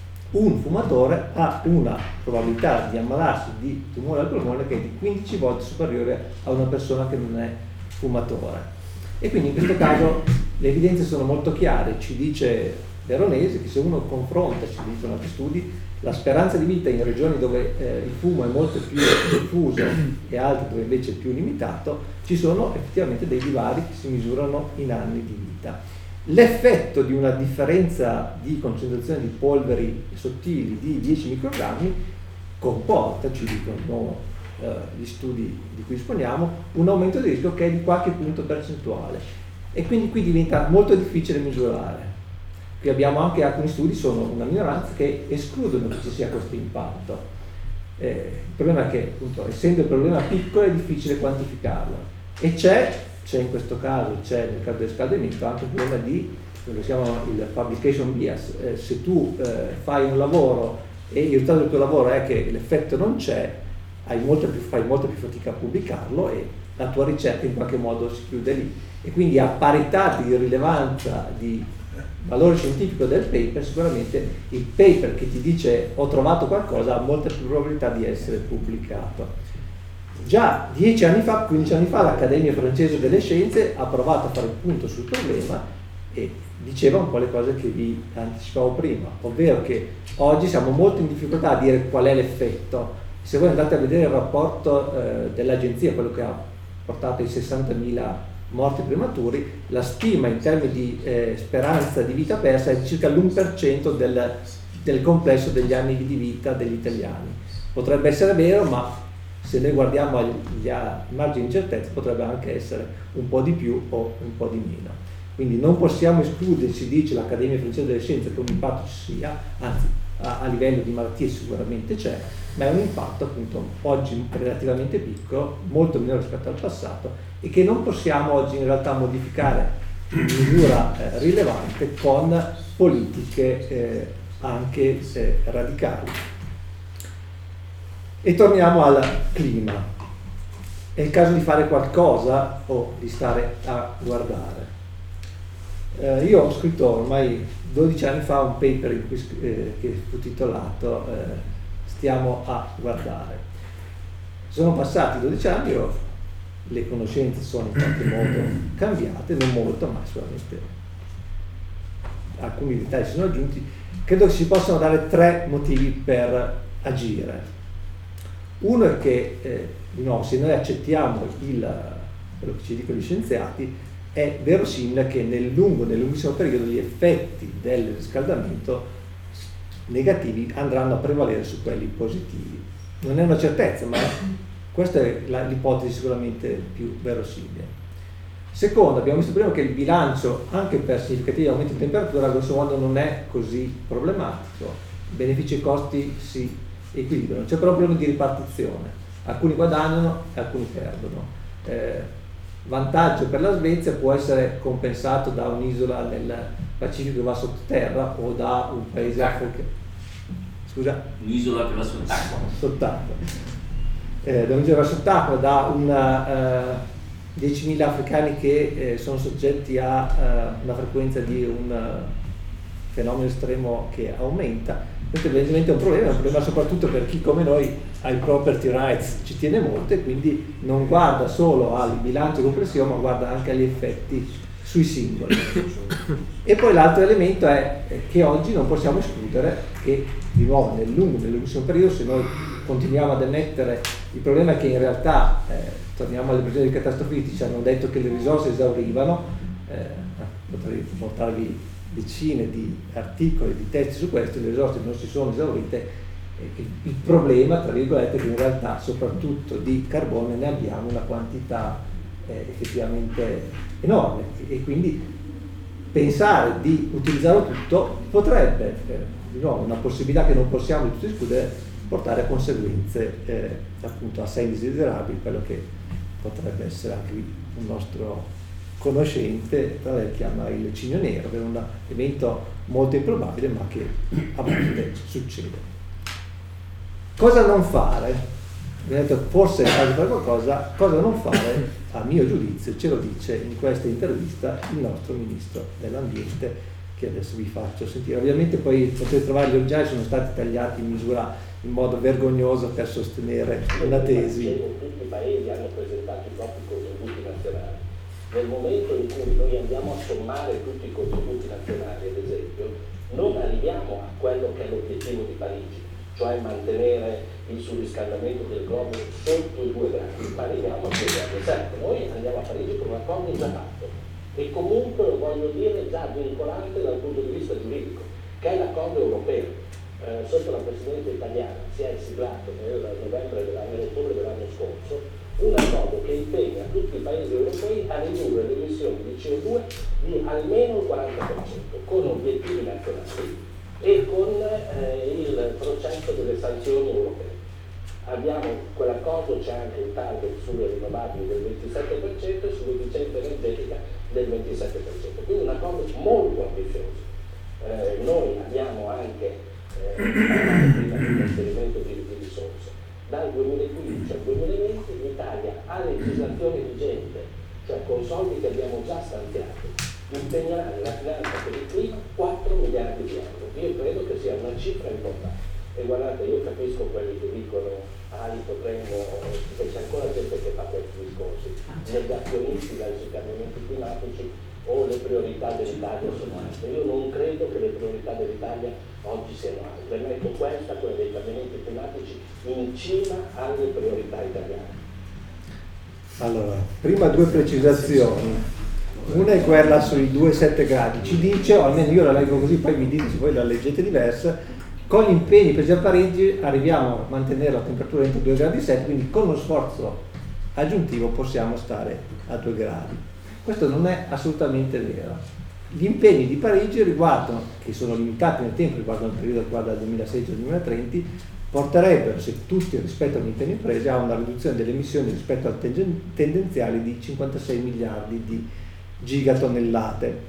un fumatore ha una probabilità di ammalarsi di tumore al polmone che è di quindici volte superiore a una persona che non è fumatore. E quindi in questo caso le evidenze sono molto chiare. Ci dice Veronesi che se uno confronta, ci dicono altri studi, la speranza di vita in regioni dove eh, il fumo è molto più diffuso e altre dove invece è più limitato, ci sono effettivamente dei divari che si misurano in anni di vita. L'effetto di una differenza di concentrazione di polveri sottili di dieci microgrammi comporta, ci dicono eh, gli studi di cui disponiamo, un aumento di rischio che è di qualche punto percentuale, e quindi qui diventa molto difficile misurare. Qui abbiamo anche alcuni studi, sono una minoranza, che escludono che ci sia questo impatto. Eh, il problema è che, appunto, essendo il problema piccolo, è difficile quantificarlo, e c'è c'è in questo caso, c'è nel caso del riscaldamento anche un problema di quello che si chiama il publication bias. Eh, se tu eh, fai un lavoro e il risultato del tuo lavoro è che l'effetto non c'è, hai molta più, fai molta più fatica a pubblicarlo e la tua ricerca in qualche modo si chiude lì. E quindi a parità di rilevanza, di valore scientifico del paper, sicuramente il paper che ti dice ho trovato qualcosa ha molta più probabilità di essere pubblicato. Già dieci anni fa, quindici anni fa, l'Accademia francese delle scienze ha provato a fare il punto sul problema e diceva un po' le cose che vi anticipavo prima, ovvero che oggi siamo molto in difficoltà a dire qual è l'effetto. Se voi andate a vedere il rapporto eh, dell'agenzia, quello che ha portato ai sessantamila morti prematuri, la stima in termini di eh, speranza di vita persa è circa l'uno per cento del, del complesso degli anni di vita degli italiani. Potrebbe essere vero, ma se noi guardiamo agli margini di incertezza potrebbe anche essere un po' di più o un po' di meno. Quindi non possiamo escludere, si dice l'Accademia francese delle scienze, che un impatto ci sia, anzi a, a livello di malattie sicuramente c'è, ma è un impatto appunto oggi relativamente piccolo, molto minore rispetto al passato, e che non possiamo oggi in realtà modificare in misura eh, rilevante con politiche eh, anche eh, radicali. E torniamo al clima. È il caso di fare qualcosa o di stare a guardare? Eh, io ho scritto ormai dodici anni fa un paper in cui, eh, che fu titolato eh, Stiamo a guardare. Sono passati dodici anni, io, le conoscenze sono in qualche modo cambiate, non molto, ma sicuramente alcuni dettagli sono aggiunti. Credo che si possano dare tre motivi per agire. Uno è che eh, no, se noi accettiamo il, quello che ci dicono gli scienziati, è verosimile che nel lungo, nel lunghissimo periodo gli effetti del riscaldamento negativi andranno a prevalere su quelli positivi. Non è una certezza, ma questa è la, l'ipotesi sicuramente più verosimile. Secondo, abbiamo visto prima che il bilancio, anche per significativi aumenti di temperatura, grosso modo non è così problematico. Benefici e costi si equilibrano, c'è però un problema di ripartizione, alcuni guadagnano e alcuni perdono. Eh, vantaggio per la Svezia può essere compensato da un'isola nel Pacifico che va sottoterra o da un paese africano. Scusa? Un'isola che va sott'acqua. Sott'acqua. Eh, da un'isola che va sott'acqua, da una, uh, diecimila africani che eh, sono soggetti a uh, una frequenza di un uh, fenomeno estremo che aumenta. Questo evidentemente è un problema, è un problema soprattutto per chi come noi ai property rights ci tiene molto e quindi non guarda solo al bilancio complessivo, ma guarda anche agli effetti sui singoli. E poi l'altro elemento è che oggi non possiamo escludere che di nuovo nel lungo, nel lunghissimo periodo, se noi continuiamo ad emettere, il problema è che in realtà, eh, torniamo alle previsioni catastrofistiche, ci hanno detto che le risorse esaurivano, eh, potrei portarvi decine di articoli, di testi su questo, le risorse non si sono esaurite il, il problema, tra virgolette, è che in realtà soprattutto di carbone ne abbiamo una quantità eh, effettivamente enorme, e quindi pensare di utilizzarlo tutto potrebbe, eh, di nuovo, una possibilità che non possiamo di tutto escludere, portare a conseguenze eh, appunto assai indesiderabili, quello che potrebbe essere anche un nostro conoscente che chiama il cigno nero, che è un evento molto improbabile ma che a volte succede. Cosa non fare? Vi ho detto forse fare qualcosa, cosa non fare, a mio giudizio, ce lo dice in questa intervista il nostro ministro dell'ambiente, che adesso vi faccio sentire. Ovviamente poi potete trovare gli originali, sono stati tagliati in misura in modo vergognoso per sostenere una tesi. Tutti i paesi hanno presentato i propri contributi nazionali. Nel momento in cui noi andiamo a sommare tutti i contributi nazionali, ad esempio, non arriviamo a quello che è l'obiettivo di Parigi, cioè mantenere il surriscaldamento del globo sotto i due gradi, ma arriviamo a due gradi. Certo, noi andiamo a Parigi con un accordo già fatto, e comunque, lo voglio dire, già vincolante dal punto di vista giuridico, che è l'accordo europeo. Eh, sotto la presidenza italiana si è siglato nel novembre dell'anno, ottobre dell'anno scorso, un accordo che impegna tutti i paesi europei a ridurre le emissioni di C O due di almeno il quaranta per cento, con obiettivi nazionali e con eh, il processo delle sanzioni europee. Abbiamo quell'accordo, c'è anche un target sulle rinnovabili del ventisette per cento e sull'efficienza energetica del ventisette per cento, quindi un accordo molto ambizioso. Eh, noi abbiamo anche eh, prima di trasferimento di, di risorse. Dal duemilaquindici al duemilaventi l'Italia a legislazione vigente, cioè con soldi che abbiamo già stanziato, impegnerà nella finanza per il clima quattro miliardi di euro. Io credo che sia una cifra importante. E guardate, io capisco quelli che dicono ah, potremmo, perché c'è ancora gente che fa questi discorsi, negazionisti dai cambiamenti climatici o le priorità dell'Italia sono altre. Io non credo che le priorità dell'Italia oggi siano altre. Metto questa, quella dei cambiamenti climatici, in cima alle priorità italiane. Allora, prima due precisazioni. Una è quella sui due virgola sette gradi. Ci dice, o almeno io la leggo così, poi mi dite se voi la leggete diversa, con gli impegni presi a Parigi arriviamo a mantenere la temperatura entro due virgola sette gradi, quindi con uno sforzo aggiuntivo possiamo stare a due gradi. Questo non è assolutamente vero. Gli impegni di Parigi riguardano, che sono limitati nel tempo, riguardano il periodo che va dal duemilasedici al duemilatrenta, porterebbero, se tutti rispettano gli impegni presi, a una riduzione delle emissioni rispetto al ten- tendenziale di cinquantasei miliardi di gigatonnellate.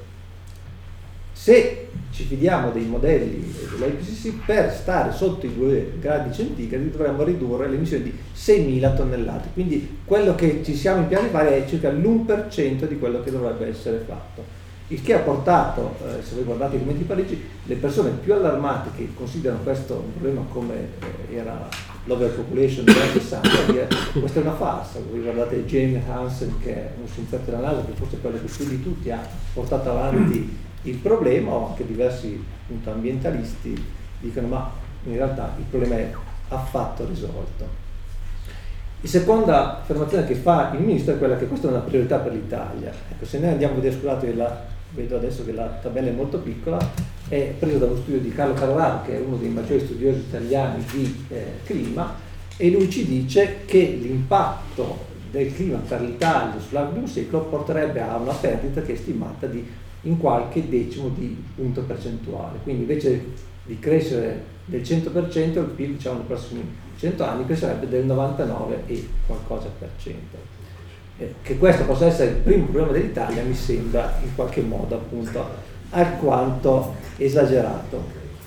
Se ci fidiamo dei modelli dell'I P C C, per stare sotto i due gradi centigradi dovremmo ridurre le emissioni di seimila tonnellate, quindi quello che ci siamo in piano di fare è circa l'uno per cento di quello che dovrebbe essere fatto, il che ha portato, eh, se voi guardate i commenti di Parigi, le persone più allarmate che considerano questo un problema come eh, era l'overpopulation degli anni sessanta, a dire questa è una farsa. Voi guardate James Hansen, che è uno scienziato della NASA, che forse è quello che più di tutti ha portato avanti il problema, o anche diversi appunto, ambientalisti dicono ma in realtà il problema è affatto risolto. La seconda affermazione che fa il ministro è quella che questa è una priorità per l'Italia. Ecco, se noi andiamo a vedere, scusate, la, vedo adesso che la tabella è molto piccola, è presa da uno studio di Carlo Carraro, che è uno dei maggiori studiosi italiani di eh, clima, e lui ci dice che l'impatto del clima per l'Italia sull'arco di un secolo porterebbe a una perdita che è stimata di in qualche decimo di punto percentuale, quindi invece di crescere del cento per cento il P I L, diciamo, nei prossimi cento anni crescerebbe del novantanove e qualcosa per cento. Eh, che questo possa essere il primo problema dell'Italia mi sembra in qualche modo appunto alquanto esagerato.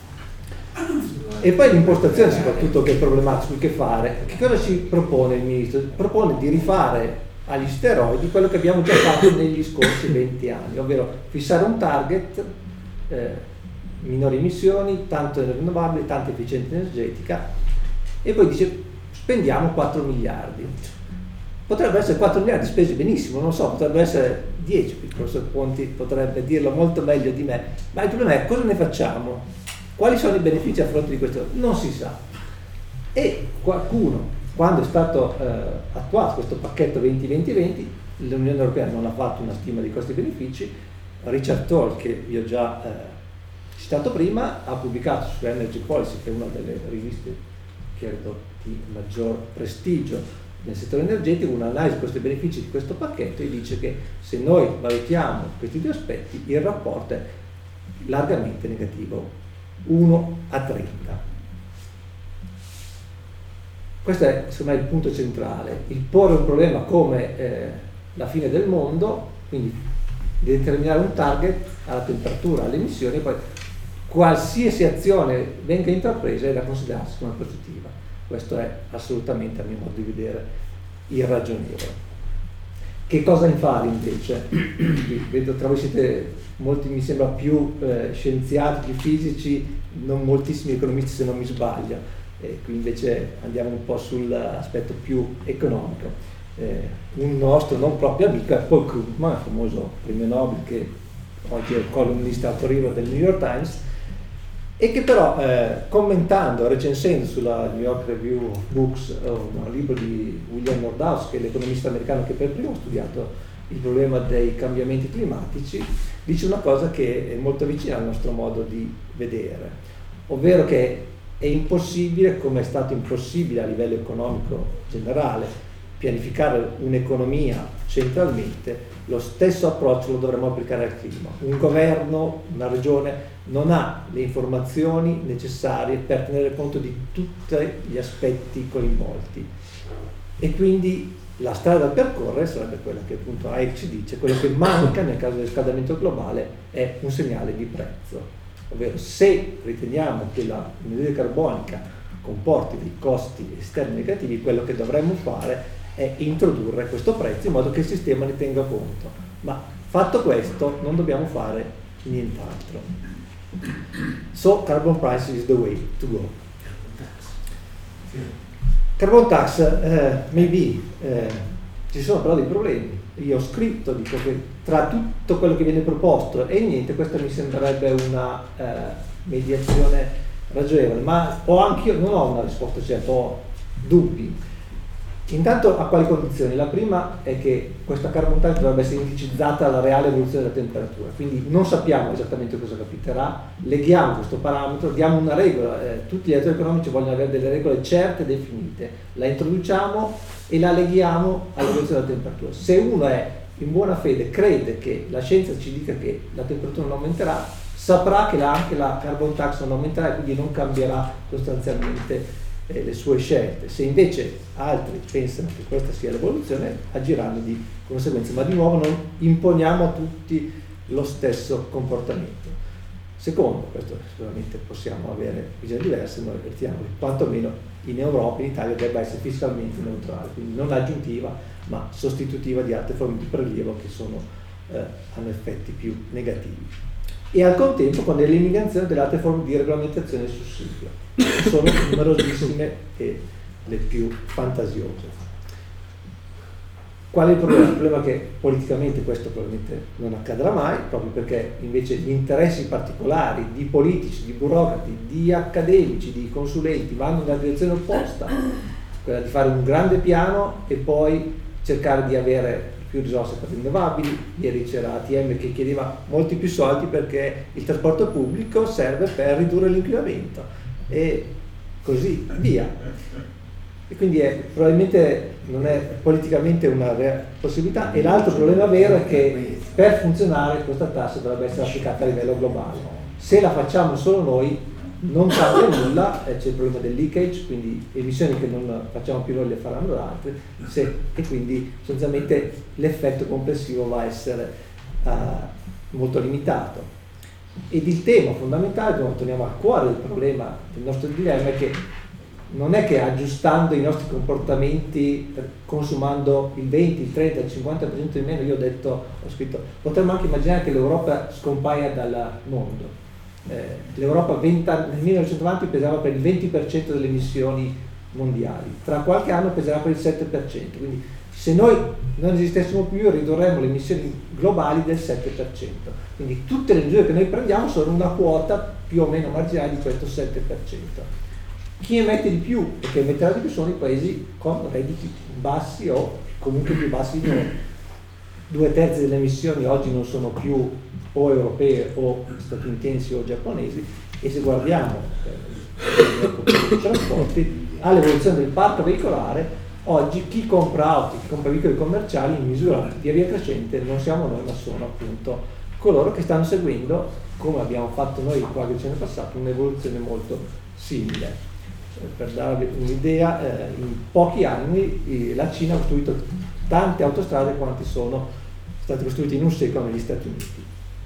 E poi l'impostazione soprattutto che è problematica, che fare, che cosa ci propone il ministro? Propone di rifare agli steroidi quello che abbiamo già fatto negli scorsi venti anni, ovvero fissare un target, eh, minori emissioni, tanto rinnovabili, tanta efficienza energetica, e poi dice spendiamo quattro miliardi. Potrebbero essere quattro miliardi spesi benissimo, non so, potrebbero essere dieci, il professor Ponti potrebbe dirlo molto meglio di me, ma il problema è cosa ne facciamo? Quali sono i benefici a fronte di questo? Non si sa. E qualcuno, quando è stato eh, attuato questo pacchetto venti venti venti, l'Unione Europea non ha fatto una stima di costi e benefici. Richard Tolles, che vi ho già eh, citato prima, ha pubblicato su Energy Policy, che è una delle riviste credo di maggior prestigio nel settore energetico, un'analisi di questi benefici di questo pacchetto e dice che se noi valutiamo questi due aspetti il rapporto è largamente negativo, uno a trenta. Questo è secondo me il punto centrale, il porre un problema come eh, la fine del mondo, quindi di determinare un target alla temperatura, alle emissioni, e poi qualsiasi azione venga intrapresa è da considerarsi come positiva. Questo è assolutamente, a mio modo di vedere, irragionevole. Che cosa fare invece? Vedo tra voi siete molti, mi sembra, più eh, scienziati, più fisici, non moltissimi economisti se non mi sbaglio. E qui invece andiamo un po' sull'aspetto più economico. Eh, un nostro non proprio amico è Paul Krugman, il famoso premio Nobel che oggi è il columnista autorevole del New York Times, e che però eh, commentando, recensendo sulla New York Review of Books un libro di William Nordhaus, che è l'economista americano che per primo ha studiato il problema dei cambiamenti climatici, dice una cosa che è molto vicina al nostro modo di vedere, ovvero che è impossibile, come è stato impossibile a livello economico generale, pianificare un'economia centralmente, lo stesso approccio lo dovremmo applicare al clima. Un governo, una regione non ha le informazioni necessarie per tenere conto di tutti gli aspetti coinvolti e quindi la strada da percorrere sarebbe quella che appunto A E C ci dice, quello che manca nel caso del riscaldamento globale è un segnale di prezzo, ovvero se riteniamo che la l'anidride carbonica comporti dei costi esterni negativi, quello che dovremmo fare è introdurre questo prezzo in modo che il sistema ne tenga conto, ma fatto questo non dobbiamo fare nient'altro. So carbon price is the way to go. Carbon tax, uh, maybe, uh, ci sono però dei problemi. Io ho scritto, dico che tra tutto quello che viene proposto e niente, questa mi sembrerebbe una uh, mediazione ragionevole, ma ho anche io, non ho una risposta certa, ho dubbi. Intanto a quali condizioni? La prima è che questa carbon tax dovrebbe essere indicizzata alla reale evoluzione della temperatura, quindi non sappiamo esattamente cosa capiterà, leghiamo questo parametro, diamo una regola, eh, tutti gli attori economici vogliono avere delle regole certe e definite, la introduciamo e la leghiamo all'evoluzione della temperatura. Se uno è in buona fede, crede che la scienza ci dica che la temperatura non aumenterà, saprà che la, anche la carbon tax non aumenterà e quindi non cambierà sostanzialmente le sue scelte. Se invece altri pensano che questa sia l'evoluzione, agiranno di conseguenza, ma di nuovo non imponiamo a tutti lo stesso comportamento. Secondo, questo sicuramente possiamo avere visioni diverse, noi riteniamo che quantomeno in Europa, in Italia, debba essere fiscalmente neutrale, quindi non aggiuntiva ma sostitutiva di altre forme di prelievo che sono, eh, hanno effetti più negativi. E al contempo con l'eliminazione delle altre forme di regolamentazione e sussidio, che sono numerosissime e le più fantasiose. Qual è il problema? Il problema è che politicamente questo probabilmente non accadrà mai, proprio perché invece gli interessi particolari di politici, di burocrati, di accademici, di consulenti vanno nella direzione opposta, quella di fare un grande piano e poi cercare di avere più risorse per rinnovabili. Ieri c'era A T M che chiedeva molti più soldi perché il trasporto pubblico serve per ridurre l'inquinamento e così via. E quindi è, probabilmente non è politicamente una possibilità. E l'altro problema vero è che per funzionare questa tassa dovrebbe essere applicata a livello globale. Se la facciamo solo noi non cambia nulla, eh, c'è il problema del leakage, quindi emissioni che non facciamo più noi le faranno altri, se, e quindi sostanzialmente l'effetto complessivo va a essere uh, molto limitato. Ed il tema fondamentale, quando torniamo al cuore del problema del nostro dilemma, è che non è che aggiustando i nostri comportamenti, consumando il venti, il trenta, il cinquanta per cento di meno, io ho detto, ho scritto, potremmo anche immaginare che l'Europa scompaia dal mondo. Eh, L'Europa nel millenovecentonovanta pesava per il venti per cento delle emissioni mondiali, tra qualche anno peserà per il sette per cento, quindi se noi non esistessimo più ridurremmo le emissioni globali del sette per cento, quindi tutte le misure che noi prendiamo sono una quota più o meno marginale di questo sette per cento. Chi emette di più e che emetterà di più sono i paesi con redditi bassi o comunque più bassi di noi. Due terzi delle emissioni oggi non sono più o europee o statunitensi o giapponesi, e se guardiamo eh, i trasporti all'evoluzione del parco veicolare, oggi chi compra auto, chi compra veicoli commerciali in misura via via crescente non siamo noi, ma sono appunto coloro che stanno seguendo, come abbiamo fatto noi qualche decennio passato, un'evoluzione molto simile. Per darvi un'idea, eh, in pochi anni eh, la Cina ha costruito tante autostrade quanti sono state costruite in un secolo negli Stati Uniti.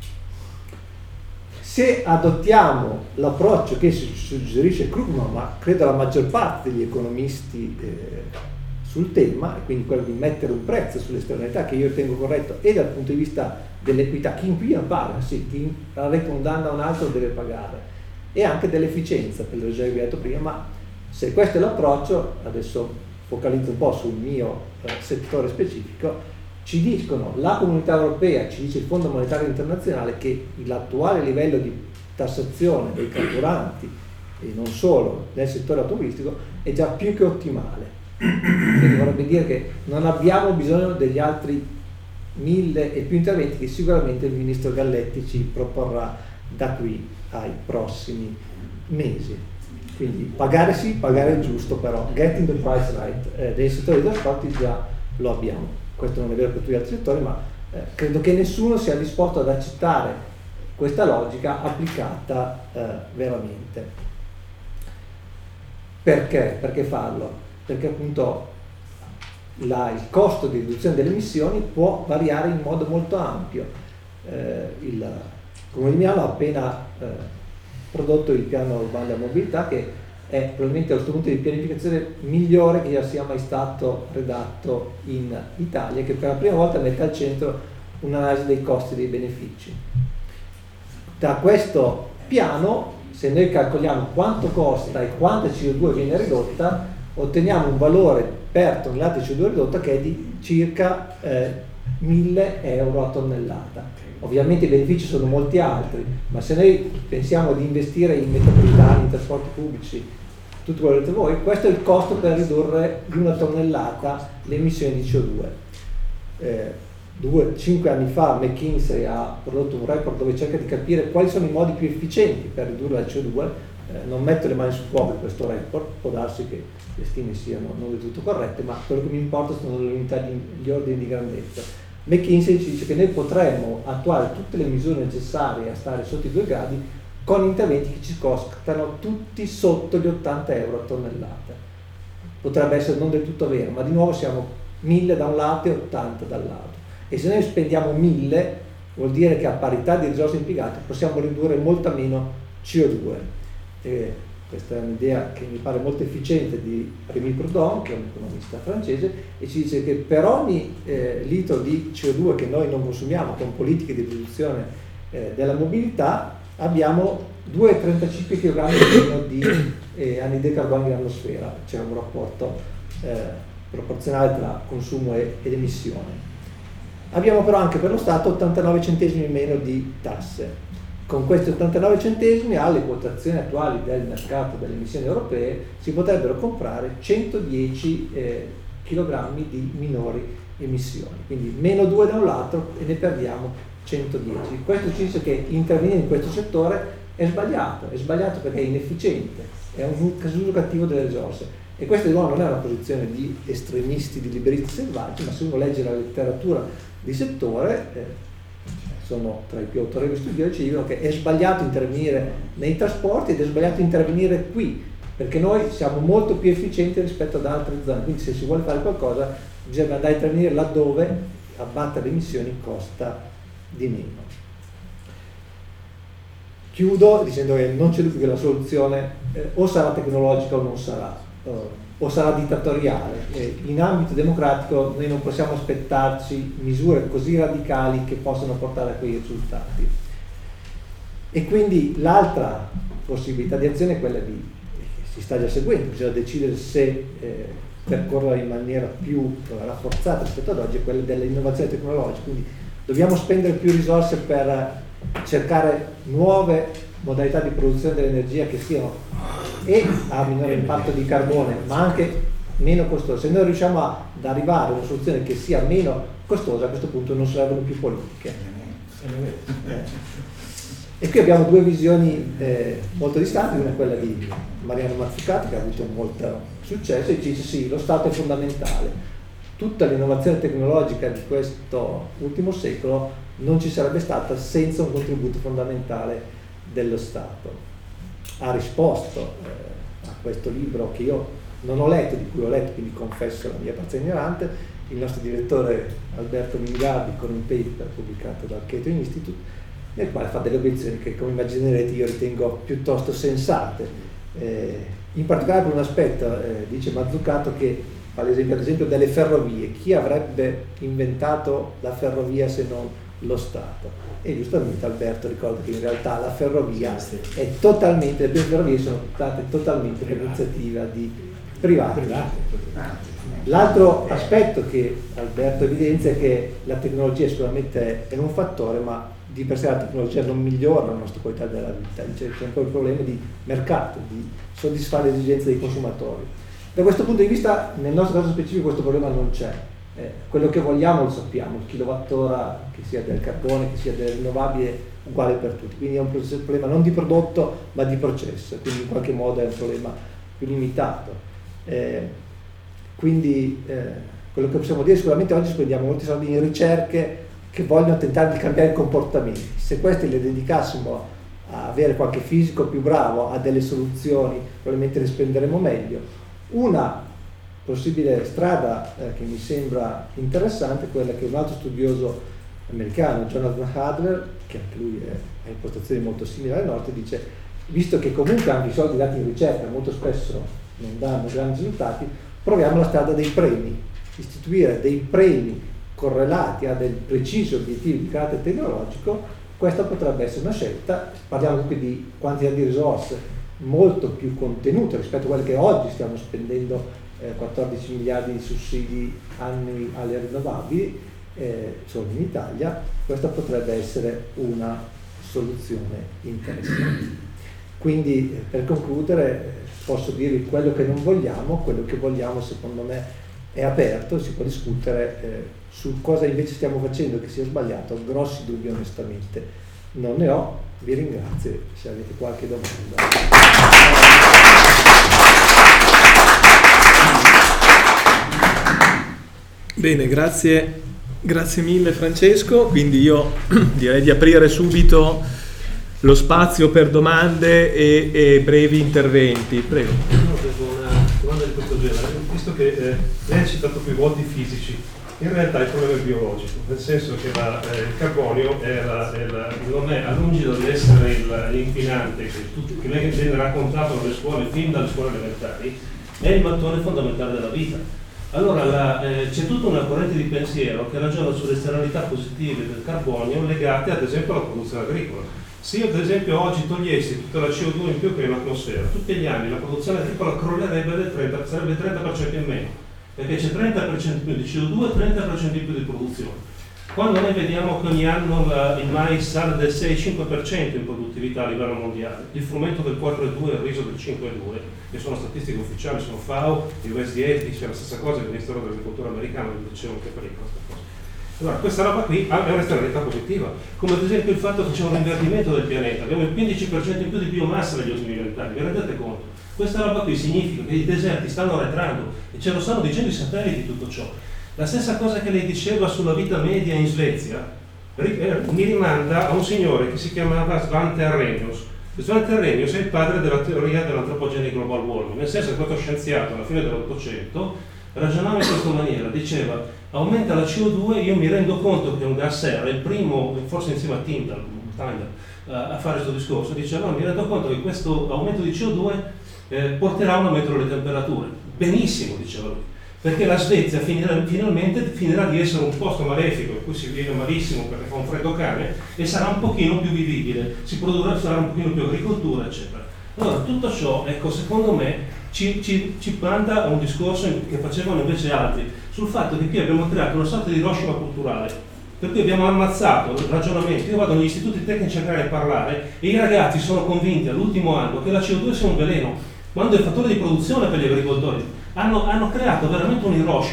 Se adottiamo l'approccio che suggerisce Krugman, ma credo la maggior parte degli economisti eh, sul tema, e quindi quello di mettere un prezzo sulle esternalità che io ritengo corretto, e dal punto di vista dell'equità, chi inquina paga, sì, chi arreca un danno a un altro deve pagare, e anche dell'efficienza, per le ragioni che vi ho detto prima, ma se questo è l'approccio, adesso focalizzo un po' sul mio eh, settore specifico, ci dicono la Comunità Europea, ci dice il Fondo Monetario Internazionale che l'attuale livello di tassazione dei carburanti, e non solo nel settore automobilistico, è già più che ottimale. Quindi vorrebbe dire che non abbiamo bisogno degli altri mille e più interventi che sicuramente il Ministro Galletti ci proporrà da qui ai prossimi mesi. Quindi pagare sì, pagare il giusto, però getting the price right eh, dei settori dei trasporti già lo abbiamo. Questo non è vero per tutti gli altri settori, ma eh, credo che nessuno sia disposto ad accettare questa logica applicata eh, veramente. Perché? Perché farlo? Perché appunto la, il costo di riduzione delle emissioni può variare in modo molto ampio. Eh, il Comune di Milano ha appena eh, prodotto il piano urbano della mobilità, che è probabilmente lo strumento di pianificazione migliore che sia mai stato redatto in Italia, che per la prima volta mette al centro un'analisi dei costi e dei benefici. Da questo piano, se noi calcoliamo quanto costa e quanta C O due viene ridotta, otteniamo un valore per tonnellata di C O due ridotta che è di circa eh, mille euro a tonnellata. Ovviamente i benefici sono molti altri, ma se noi pensiamo di investire in metropolitani, in trasporti pubblici, tutto quello che volete voi, questo è il costo per ridurre di una tonnellata le emissioni di C O due. Eh, due, cinque anni fa McKinsey ha prodotto un report dove cerca di capire quali sono i modi più efficienti per ridurre la C O due. Eh, non metto le mani sul fuoco in questo report, può darsi che le stime siano non del tutto corrette, ma quello che mi importa sono le unità di, gli ordini di grandezza. McKinsey ci dice che noi potremmo attuare tutte le misure necessarie a stare sotto i due gradi con interventi che ci costano tutti sotto gli ottanta euro a tonnellata. Potrebbe essere non del tutto vero, ma di nuovo siamo mille da un lato e ottanta dall'altro. E se noi spendiamo mille, vuol dire che a parità di risorse impiegate possiamo ridurre molta meno C O due. E questa è un'idea che mi pare molto efficiente di Rémy Proudhon, che è un economista francese, e ci dice che per ogni eh, litro di C O due che noi non consumiamo con politiche di riduzione eh, della mobilità, abbiamo due virgola trentacinque chilogrammi meno di eh, anidride carbonica in atmosfera. C'è un rapporto eh, proporzionale tra consumo e, ed emissione. Abbiamo però anche per lo Stato ottantanove centesimi meno di tasse. Con questi ottantanove centesimi, alle quotazioni attuali del mercato delle emissioni europee, si potrebbero comprare centodieci eh, chilogrammi di minori emissioni. Quindi meno due da un lato e ne perdiamo centodieci. Questo ci dice che intervenire in questo settore è sbagliato, è sbagliato perché è inefficiente, è un uso cattivo delle risorse. E questa di nuovo non è una posizione di estremisti, di liberisti selvaggi, ma se uno legge la letteratura di settore, eh, sono tra i più autorevoli studiosi, ci dicono che è sbagliato intervenire nei trasporti ed è sbagliato intervenire qui, perché noi siamo molto più efficienti rispetto ad altre zone. Quindi se si vuole fare qualcosa bisogna andare a intervenire laddove abbattere le emissioni costa di meno. Chiudo dicendo che non c'è dubbio che la soluzione eh, o sarà tecnologica o non sarà, eh, o sarà dittatoriale. Eh, in ambito democratico noi non possiamo aspettarci misure così radicali che possano portare a quei risultati. E quindi l'altra possibilità di azione è quella di, eh, si sta già seguendo, bisogna decidere se eh, percorrere in maniera più rafforzata rispetto ad oggi, è quella dell'innovazione tecnologica. Quindi dobbiamo spendere più risorse per cercare nuove modalità di produzione dell'energia che siano e a minore impatto di carbone, ma anche meno costose. Se noi riusciamo ad arrivare a una soluzione che sia meno costosa, a questo punto non servono più politiche. E qui abbiamo due visioni eh, molto distanti, una è quella di Mariano Mazzucato, che ha avuto molto successo, e dice sì, lo Stato è fondamentale. Tutta l'innovazione tecnologica di questo ultimo secolo non ci sarebbe stata senza un contributo fondamentale dello Stato. Ha risposto eh, a questo libro che io non ho letto, di cui ho letto, quindi confesso la mia parte ignorante, il nostro direttore Alberto Mingardi con un paper pubblicato dal Catering Institute, nel quale fa delle obiezioni che, come immaginerete, io ritengo piuttosto sensate. Eh, in particolare per un aspetto, eh, dice Mazzucato, che fa l'esempio ad esempio delle ferrovie. Chi avrebbe inventato la ferrovia se non lo Stato? E giustamente Alberto ricorda che in realtà la ferrovia è totalmente, le prime ferrovie sono state totalmente per iniziativa di privati. L'altro aspetto che Alberto evidenzia è che la tecnologia sicuramente è un fattore, ma di per sé la tecnologia non migliora la nostra qualità della vita, c'è sempre il problema di mercato, di soddisfare le esigenze dei consumatori. Da questo punto di vista, nel nostro caso specifico, questo problema non c'è. Eh, quello che vogliamo lo sappiamo, il kilowattora, che sia del carbone, che sia del rinnovabile, è uguale per tutti. Quindi è un problema non di prodotto, ma di processo, quindi in qualche modo è un problema più limitato. Eh, quindi eh, quello che possiamo dire, sicuramente oggi spendiamo molti soldi in ricerche che vogliono tentare di cambiare i comportamenti. Se questi le dedicassimo a avere qualche fisico più bravo, a delle soluzioni, probabilmente le spenderemo meglio. Una possibile strada eh, che mi sembra interessante è quella che un altro studioso americano, Jonathan Adler, che anche lui è, ha impostazioni molto simili alle nostre, dice: visto che comunque anche i soldi dati in ricerca molto spesso non danno grandi risultati, proviamo la strada dei premi, istituire dei premi correlati a dei precisi obiettivi di carattere tecnologico. Questa potrebbe essere una scelta. Parliamo dunque di quantità di risorse molto più contenute rispetto a quelle che oggi stiamo spendendo, eh, quattordici miliardi di sussidi annui alle rinnovabili, eh, solo in Italia. Questa potrebbe essere una soluzione interessante. Quindi, eh, per concludere, eh, posso dirvi quello che non vogliamo. Quello che vogliamo, secondo me, è aperto, si può discutere eh, su cosa invece stiamo facendo che sia sbagliato. Ho grossi dubbi, onestamente non ne ho. Vi ringrazio se avete qualche domanda. Bene, grazie, grazie mille Francesco. Quindi io direi di aprire subito lo spazio per domande e, e brevi interventi. Prego. Una domanda di questo genere, visto che eh, lei ha citato più volte i fisici, in realtà il problema è biologico, nel senso che la, eh, il carbonio è la, è la, non è a lungi dall'essere il, l'inquinante che, tutti, che lei viene raccontato nelle scuole, fin dalle scuole elementari, è il mattone fondamentale della vita. Allora la, eh, c'è tutta una corrente di pensiero che ragiona sulle esternalità positive del carbonio legate ad esempio alla produzione agricola. Se io ad esempio oggi togliessi tutta la C O due in più che è in atmosfera, tutti gli anni la produzione agricola crollerebbe del trenta, sarebbe il trenta per cento in meno, perché c'è trenta per cento in più di C O due e trenta per cento in più di produzione. Quando noi vediamo che ogni anno la, il mais sale del sei cinque per cento in produttività a livello mondiale, il frumento del quattro virgola due per cento e il riso del cinque virgola due per cento, che sono statistiche ufficiali, sono FAO, il U S D A dice la stessa cosa, il Ministero dell'Agricoltura americano lo diceva anche prima questa cosa. Allora, questa roba qui è un'esternalità positiva, come ad esempio il fatto che c'è un invertimento del pianeta, abbiamo il quindici per cento in più di biomassa negli ultimi vent'anni, vi rendete conto? Questa roba qui significa che i deserti stanno arretrando e ce lo stanno dicendo i satelliti di tutto ciò. La stessa cosa che lei diceva sulla vita media in Svezia mi rimanda a un signore che si chiamava Svante Arrhenius. Svante Arrhenius è il padre della teoria dell'antropogenic global warming, nel senso che questo scienziato alla fine dell'Ottocento ragionava in questa maniera, diceva: aumenta la C O due, io mi rendo conto che un gas serra, il primo, forse insieme a Tyndall, Tyndall a fare questo discorso, dice: allora mi rendo conto che questo aumento di C O due eh, porterà a un aumento delle temperature. Benissimo, diceva lui, perché la Svezia finirà, finalmente finirà di essere un posto malefico in cui si vive malissimo perché fa un freddo cane e sarà un pochino più vivibile, si produrrà, sarà un pochino più agricoltura, eccetera. Allora tutto ciò, ecco, secondo me ci, ci, ci manda a un discorso che facevano invece altri sul fatto che qui abbiamo creato una sorta di Hiroshima culturale, per cui abbiamo ammazzato il ragionamento. Io vado negli istituti tecnici agrari a parlare e i ragazzi sono convinti all'ultimo anno che la C O due sia un veleno, quando è il fattore di produzione per gli agricoltori. Hanno, hanno creato veramente un Hiroshima,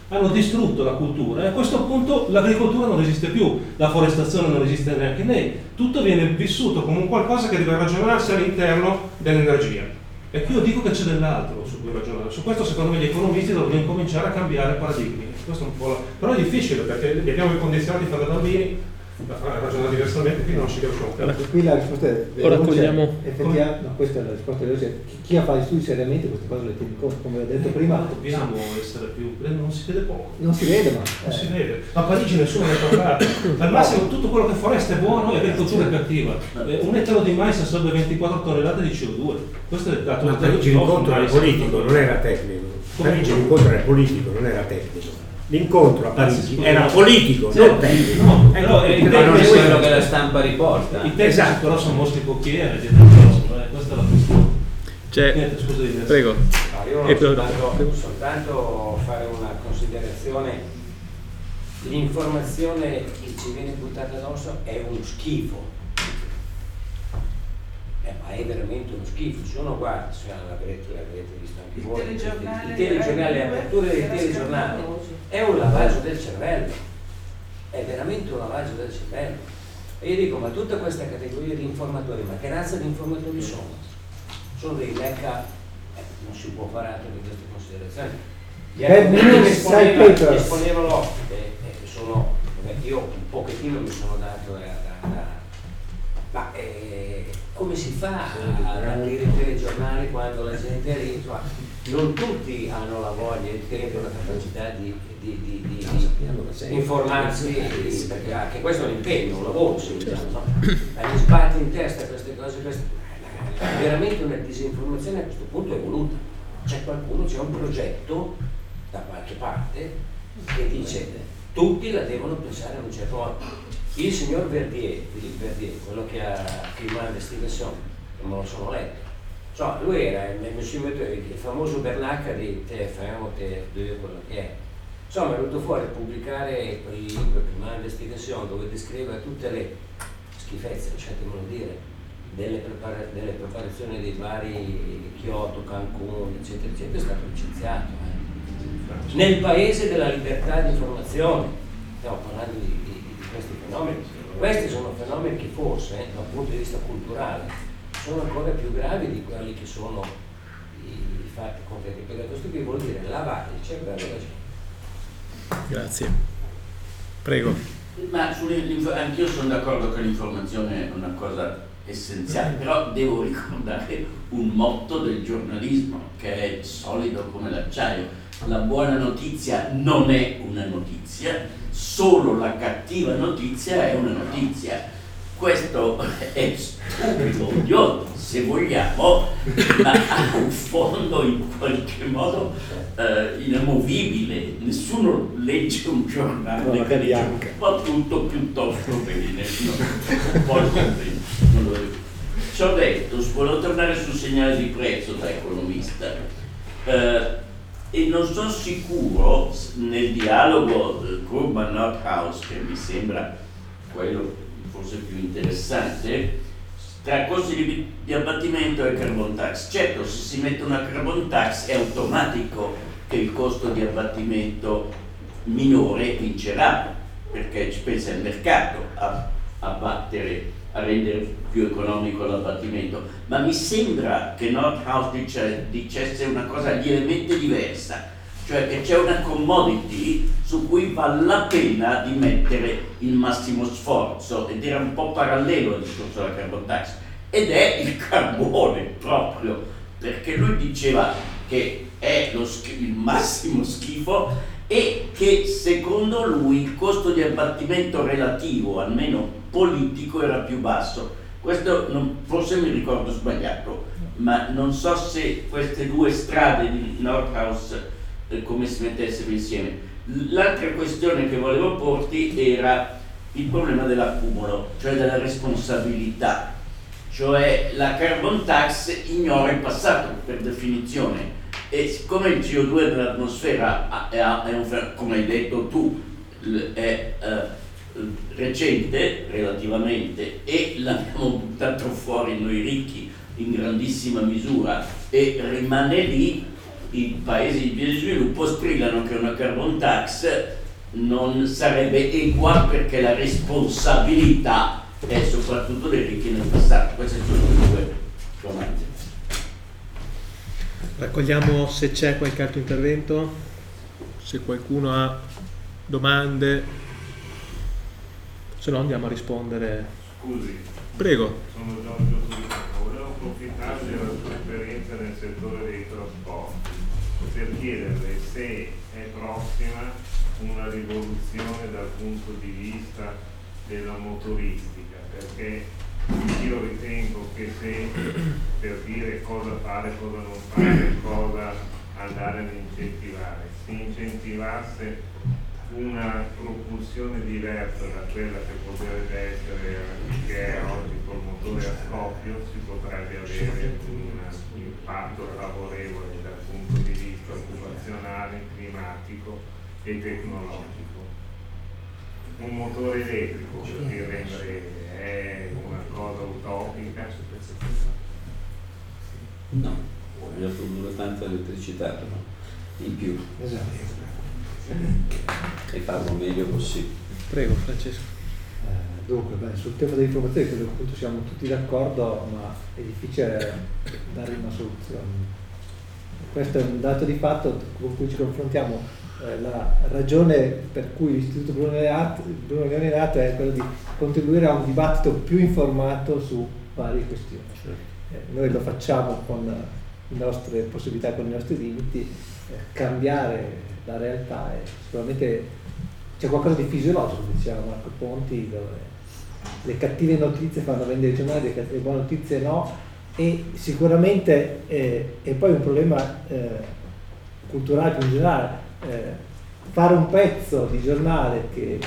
hanno distrutto la cultura e a questo punto l'agricoltura non esiste più, la forestazione non esiste neanche lei, tutto viene vissuto come un qualcosa che deve ragionarsi all'interno dell'energia. E qui io dico che c'è dell'altro su cui ragionare, su questo secondo me gli economisti dovrebbero incominciare a cambiare paradigmi. Questo è un po' la... però è difficile perché li abbiamo condizionati fin da bambini a ragionare diversamente, quindi non ci riusciamo. Qui la risposta è ora cogliamo effettivamente, no, questa è la risposta veloce. Chi, chi fa gli studi seriamente queste cose le tiene conto, come ho detto prima. Dobbiamo essere più, non si vede poco. Non si vede, ma non eh. si vede. A Parigi nessuno ne ha parlato. Al massimo tutto quello che foresta è buono e agricoltura è cattiva. Un ettaro di mais assorbe ventiquattro tonnellate di C O due. Questo è il dato. Ma Parigi l'incontro era politico, non era tecnico. Parigi l'incontro era politico, non era tecnico. L'incontro a Parigi era politico, sì, non tecnico. No, però è non è quello che la stampa riporta. I tecnici esatto. Però sono mostri cocchiere dietro il prossimo, eh, questa è la questione. Cioè, Niente, scusa, prego. No, io volevo soltanto, soltanto fare una considerazione. L'informazione che ci viene buttata addosso è uno schifo. Eh, ma è veramente uno schifo. Se uno guarda, se l'avrete, l'avrete visto anche voi, i telegiornali, le aperture dei telegiornali, è un lavaggio del cervello, è veramente un lavaggio del cervello. E io dico, ma tutta questa categoria di informatori, ma che razza di informatori sono? Sono dei lecca, eh, non si può fare altro che queste considerazioni. Gli argomenti che esponeva, che esponeva l'ospite, eh, sono, io un pochettino mi sono dato da, da, da ma eh, come si fa ad aprire i telegiornali quando la gente arriva? Non tutti hanno la voglia di tenere la capacità di, di, di, di, di informarsi, perché anche questo è un impegno, un lavoro, se diciamo, no? Ma gli sbatti in testa queste cose, queste, veramente una disinformazione a questo punto è voluta. C'è qualcuno, c'è un progetto da qualche parte che dice tutti la devono pensare in un certo modo. Il signor Verdier, Philippe Verdier, quello che ha firmato l'investigazione, che me lo sono letto, cioè, lui era il, il famoso Bernacca di T F un o T F due, quello che è. Insomma, è venuto fuori a pubblicare quel libro, prima investigazione, dove descrive tutte le schifezze, lasciatemelo dire, delle, prepara- delle preparazioni dei vari Kyoto, Cancun, eccetera, eccetera, è stato licenziato. Eh. Nel paese della libertà di informazione, stiamo parlando di, di, di questi fenomeni. Questi sono fenomeni che forse, eh, dal punto di vista culturale, sono ancora più gravi di quelli che sono i fatti concreti, perché questo qui vuol dire lavare il cervello della gente. Grazie. Prego. Ma anch'io sono d'accordo che l'informazione è una cosa essenziale, però devo ricordare un motto del giornalismo che è solido come l'acciaio: la buona notizia non è una notizia, solo la cattiva notizia è una notizia. Questo è stupido, odioso, se vogliamo, ma ha un fondo in qualche modo eh, inamovibile. Nessuno legge un giornale no, che legge un po' tutto piuttosto bene. No, poi non lo vedo. Ci ho detto, volevo tornare sul segnale di prezzo da economista. Eh, e non sono sicuro nel dialogo Krugman-Nordhaus, che mi sembra quello forse più interessante, tra costi di, di abbattimento e carbon tax. Certo, se si mette una carbon tax è automatico che il costo di abbattimento minore vincerà, perché ci pensa il mercato a abbattere, a rendere più economico l'abbattimento. Ma mi sembra che Nordhaus dice, dicesse una cosa lievemente diversa, cioè che c'è una commodity su cui vale la pena di mettere il massimo sforzo, ed era un po' parallelo al discorso della carbon tax, ed è il carbone proprio, perché lui diceva che è lo sch- il massimo schifo e che secondo lui il costo di abbattimento relativo, almeno politico, era più basso. Questo non, forse mi ricordo sbagliato, ma non so se queste due strade di Nordhaus come si mettessero insieme. L'altra questione che volevo porti era il problema dell'accumulo, cioè della responsabilità, cioè la carbon tax ignora il passato per definizione, e siccome il C O due nell'atmosfera è, è un, come hai detto tu, è uh, recente relativamente e l'abbiamo buttato fuori noi ricchi in grandissima misura e rimane lì, i paesi in via di sviluppo strillano che una carbon tax non sarebbe equa perché la responsabilità è soprattutto dei ricchi nel passato. Queste sono le due domande. Raccogliamo se c'è qualche altro intervento, se qualcuno ha domande, se no andiamo a rispondere. Scusi. Prego. Sono Giorgio Turino, volevo approfittare della sua esperienza nel settore dei trasporti per chiederle se è prossima una rivoluzione dal punto di vista della motoristica, perché io ritengo che se per dire cosa fare, cosa non fare, cosa andare ad incentivare, si incentivasse una propulsione diversa da quella che potrebbe essere, che è oggi col motore a scoppio, si potrebbe avere un impatto favorevole dal punto di vista occupazionale, climatico e tecnologico. Un motore elettrico, per dire in breve, è una cosa utopica? No, bisogna produrre tanta elettricità però, in più. Esatto. E farlo meglio possibile. Prego Francesco. Eh, dunque, beh, sul tema dell'informazione credo che appunto siamo tutti d'accordo, ma è difficile dare una soluzione. Questo è un dato di fatto con cui ci confrontiamo. Eh, la ragione per cui l'Istituto Bruno Leoni è nato è quella di contribuire a un dibattito più informato su varie questioni. Eh, noi lo facciamo con le nostre possibilità, con i nostri limiti, eh, cambiare la realtà è sicuramente, c'è qualcosa di fisiologico, diceva Marco Ponti, dove le cattive notizie fanno vendere i giornali, le buone notizie no, e sicuramente eh, è poi un problema eh, culturale più in generale, eh, fare un pezzo di giornale che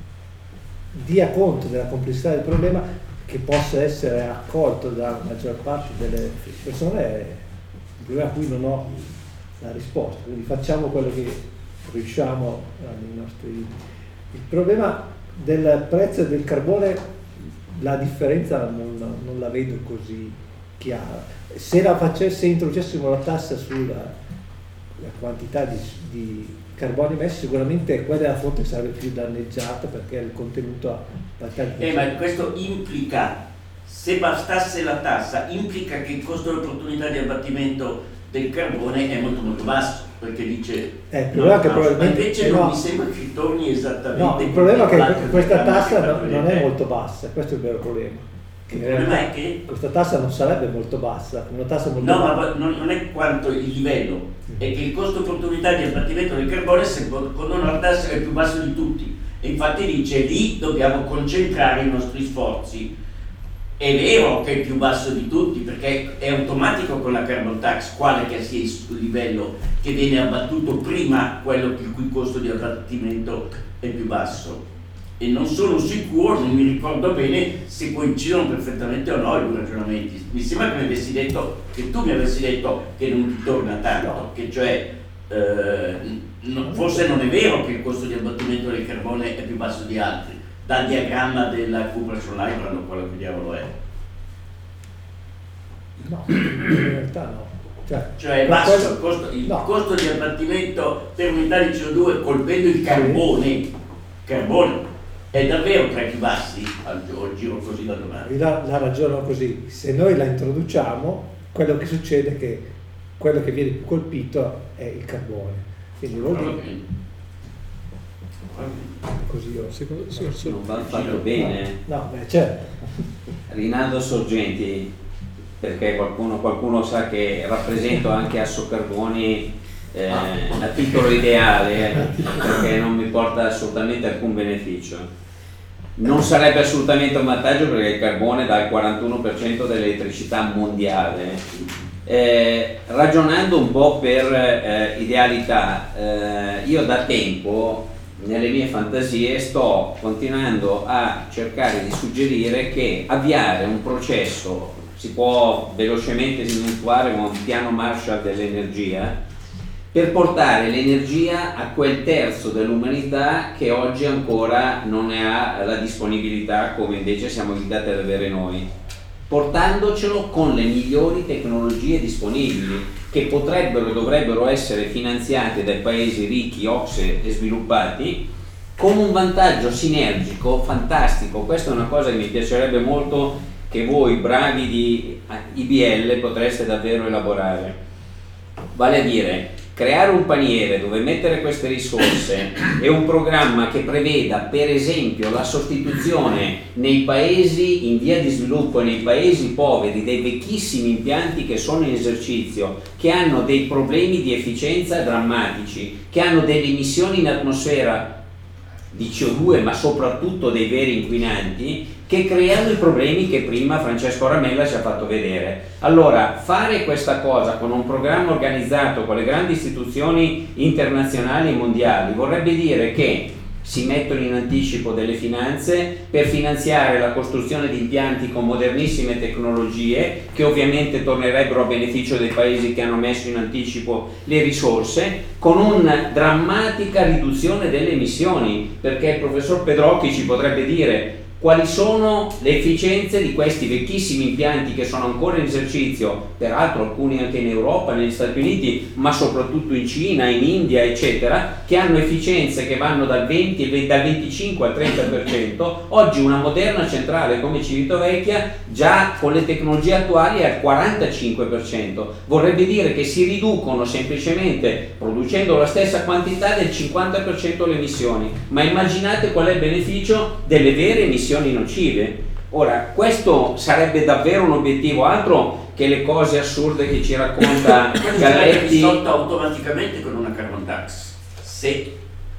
dia conto della complessità del problema, che possa essere accolto da maggior parte delle persone, è un problema a cui non ho la risposta, quindi facciamo quello che riusciamo nei nostri limiti. Il problema del prezzo del carbone, la differenza non, non la vedo così chiara. Se la facesse, introducessimo la tassa sulla la quantità di, di carbone emesso, sicuramente quella della fonte sarebbe più danneggiata perché il contenuto ha battaglia. Eh, ma questo implica, se bastasse la tassa, implica che il costo dell'opportunità di abbattimento del carbone è molto molto basso, perché dice eh, il problema no, che no, probabilmente ma invece no, non mi sembra che torni esattamente. No, il problema è che questa tassa no, non è molto bassa, questo è il vero problema. Il problema è che questa tassa non sarebbe molto bassa, una tassa molto no, bassa. ma non, non è quanto il livello, è che il costo opportunità di abbattimento del carbone secondo Nordas è il più basso di tutti, e infatti dice lì dobbiamo concentrare i nostri sforzi. È vero che è il più basso di tutti, perché è automatico con la carbon tax, quale che sia il livello che viene abbattuto prima quello il cui costo di abbattimento è più basso. E non sono sicuro, non mi ricordo bene se coincidono perfettamente o no i due ragionamenti. Mi sembra che mi avessi detto, che tu mi avessi detto che non ti torna tanto, che cioè eh, no, forse non è vero che il costo di abbattimento del carbone è più basso di altri. Dal diagramma della Corporation Library, quello che diavolo è. No, in realtà no. Cioè, cioè è basso quello... il, costo, il no. costo di abbattimento per unità di C O due colpendo il carbone, sì. carbone è davvero tra i più bassi al giro così da domani. La, la ragiono così, se noi la introduciamo, quello che succede è che quello che viene più colpito è il carbone. Quindi vuol dire... Così io, secondo, sì, sì, non va fatto bene. No, no beh, certo. Rinaldo Sorgenti, perché qualcuno, qualcuno sa che rappresento anche Asso Carboni eh, a titolo ideale, eh, perché non mi porta assolutamente alcun beneficio. Non sarebbe assolutamente un vantaggio perché il carbone dà il quarantuno per cento dell'elettricità mondiale. Eh, ragionando un po' per eh, idealità, eh, io da tempo nelle mie fantasie sto continuando a cercare di suggerire che avviare un processo, si può velocemente svilupare un piano Marshall dell'energia, per portare l'energia a quel terzo dell'umanità che oggi ancora non ne ha la disponibilità come invece siamo abituati ad avere noi. portandocelo con le migliori tecnologie disponibili, che potrebbero e dovrebbero essere finanziate dai paesi ricchi, O C S E e sviluppati, con un vantaggio sinergico fantastico. Questa è una cosa che mi piacerebbe molto che voi bravi di I B L potreste davvero elaborare, vale a dire creare un paniere dove mettere queste risorse e un programma che preveda per esempio la sostituzione nei paesi in via di sviluppo e nei paesi poveri dei vecchissimi impianti che sono in esercizio, che hanno dei problemi di efficienza drammatici, che hanno delle emissioni in atmosfera di C O due ma soprattutto dei veri inquinanti, che creano i problemi che prima Francesco Ramella ci ha fatto vedere. Allora, fare questa cosa con un programma organizzato con le grandi istituzioni internazionali e mondiali vorrebbe dire che si mettono in anticipo delle finanze per finanziare la costruzione di impianti con modernissime tecnologie che ovviamente tornerebbero a beneficio dei paesi che hanno messo in anticipo le risorse, con una drammatica riduzione delle emissioni, perché il professor Pedrocchi ci potrebbe dire quali sono le efficienze di questi vecchissimi impianti che sono ancora in esercizio, peraltro alcuni anche in Europa, negli Stati Uniti, ma soprattutto in Cina, in India, eccetera, che hanno efficienze che vanno dal venti, dal venticinque al trenta per cento. Oggi una moderna centrale come Civitavecchia già con le tecnologie attuali è al quarantacinque per cento. Vorrebbe dire che si riducono semplicemente, producendo la stessa quantità, del cinquanta per cento le emissioni. Ma immaginate qual è il beneficio delle vere emissioni nocive. Ora, questo sarebbe davvero un obiettivo, altro che le cose assurde che ci racconta Galletti. Risolto automaticamente con una carbon tax, se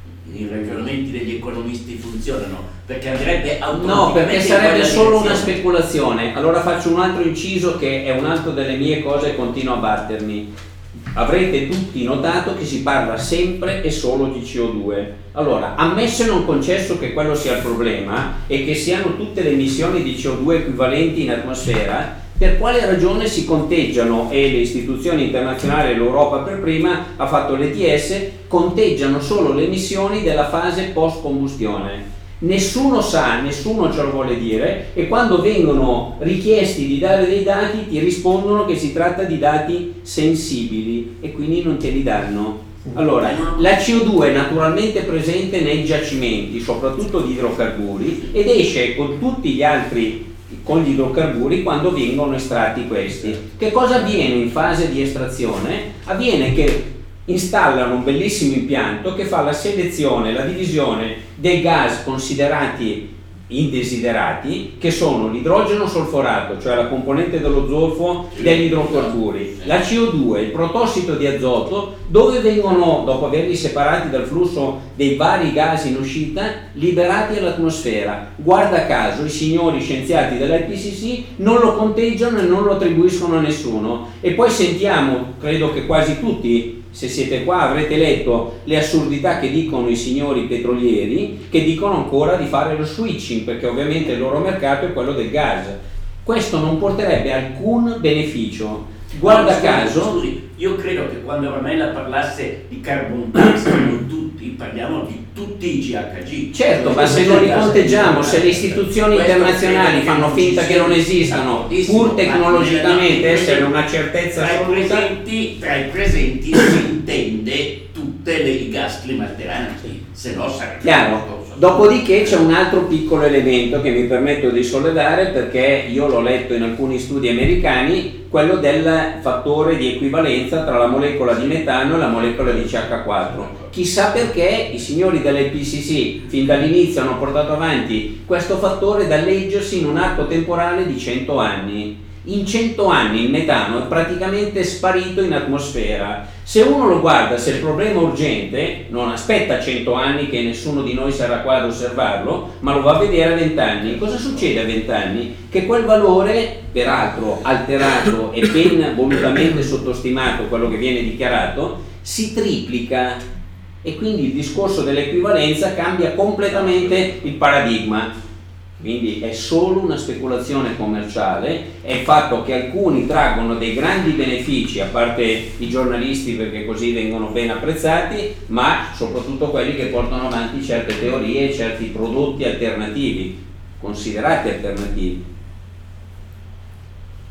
i ragionamenti degli economisti funzionano, perché andrebbe automaticamente. No, perché sarebbe solo una direzione. speculazione. Allora faccio un altro inciso che è un'altra delle mie cose e continuo a battermi. Avrete tutti notato che si parla sempre e solo di C O due. Allora, ammesso e non concesso che quello sia il problema e che siano tutte le emissioni di C O due equivalenti in atmosfera, per quale ragione si conteggiano, e le istituzioni internazionali, l'Europa per prima ha fatto l'E T S, conteggiano solo le emissioni della fase post combustione? Nessuno sa, nessuno ce lo vuole dire, e quando vengono richiesti di dare dei dati ti rispondono che si tratta di dati sensibili e quindi non te li danno. Allora, la C O due è naturalmente presente nei giacimenti, soprattutto di idrocarburi, ed esce con tutti gli altri, con gli idrocarburi, quando vengono estratti questi. Che cosa avviene in fase di estrazione? Avviene che installano un bellissimo impianto che fa la selezione, la divisione dei gas considerati indesiderati, che sono l'idrogeno solforato, cioè la componente dello zolfo degli idrocarburi, la C O due, il protossido di azoto, dove vengono, dopo averli separati dal flusso dei vari gas in uscita, liberati all'atmosfera. Guarda caso i signori scienziati dell'I P C C non lo conteggiano e non lo attribuiscono a nessuno, e poi sentiamo, credo che quasi tutti, se siete qua avrete letto le assurdità che dicono i signori petrolieri, che dicono ancora di fare lo switching perché ovviamente il loro mercato è quello del gas. Questo non porterebbe alcun beneficio. Guarda No, scusi, caso scusi, io credo che quando Ramella parlasse di carbon tax non tutti, parliamo di tutti i G H G. certo, ma se non li conteggiamo, se le istituzioni internazionali fanno finta che non esistano, pur tecnologicamente essere una certezza tra i assoluta. presenti, tra i presenti si intende tutte le i gas climalteranti, se no sarebbe Chiaro. Dopodiché c'è un altro piccolo elemento che mi permetto di sollevare, perché io l'ho letto in alcuni studi americani, quello del fattore di equivalenza tra la molecola di metano e la molecola di C H quattro. Chissà perché i signori dell'I P C C fin dall'inizio hanno portato avanti questo fattore da leggersi in un arco temporale di cento anni. In cento anni il metano è praticamente sparito in atmosfera. Se uno lo guarda, se il problema è urgente, non aspetta cento anni che nessuno di noi sarà qua ad osservarlo, ma lo va a vedere a venti anni. Cosa succede a venti anni? Che quel valore, peraltro alterato e ben volutamente sottostimato, quello che viene dichiarato, si triplica, e quindi il discorso dell'equivalenza cambia completamente il paradigma. Quindi è solo una speculazione commerciale, è il fatto che alcuni traggono dei grandi benefici, a parte i giornalisti perché così vengono ben apprezzati, ma soprattutto quelli che portano avanti certe teorie, certi prodotti alternativi, considerati alternativi.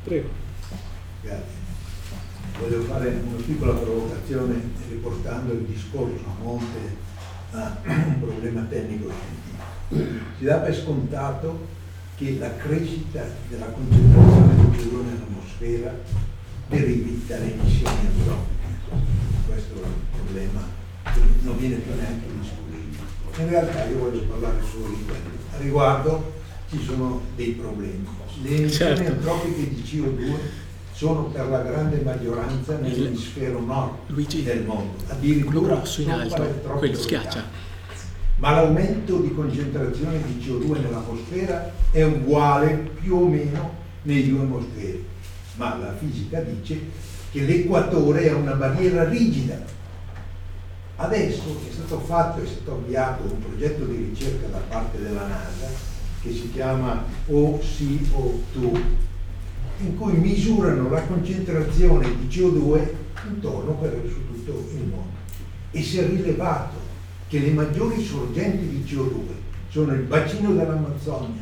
Prego. Grazie. Volevo fare una piccola provocazione riportando il discorso a monte a un problema tecnico scientifico. Si dà per scontato che la crescita della concentrazione di C O due nell'atmosfera derivi dalle emissioni antropiche. Questo è un problema che non viene più neanche discutibile. In realtà io voglio parlare solo di quello. A riguardo ci sono dei problemi. Le emissioni certo. antropiche di C O due sono per la grande maggioranza nell'emisfero nord Luigi, del mondo, addirittura grosso in alto, quello schiaccia. Ma l'aumento di concentrazione di C O due nell'atmosfera è uguale più o meno nei due emisferi, ma la fisica dice che l'equatore è una barriera rigida. Adesso è stato fatto, è stato avviato un progetto di ricerca da parte della NASA che si chiama O C O due, in cui misurano la concentrazione di C O due intorno per, su tutto il mondo, e si è rilevato che le maggiori sorgenti di C O due sono il bacino dell'Amazzonia,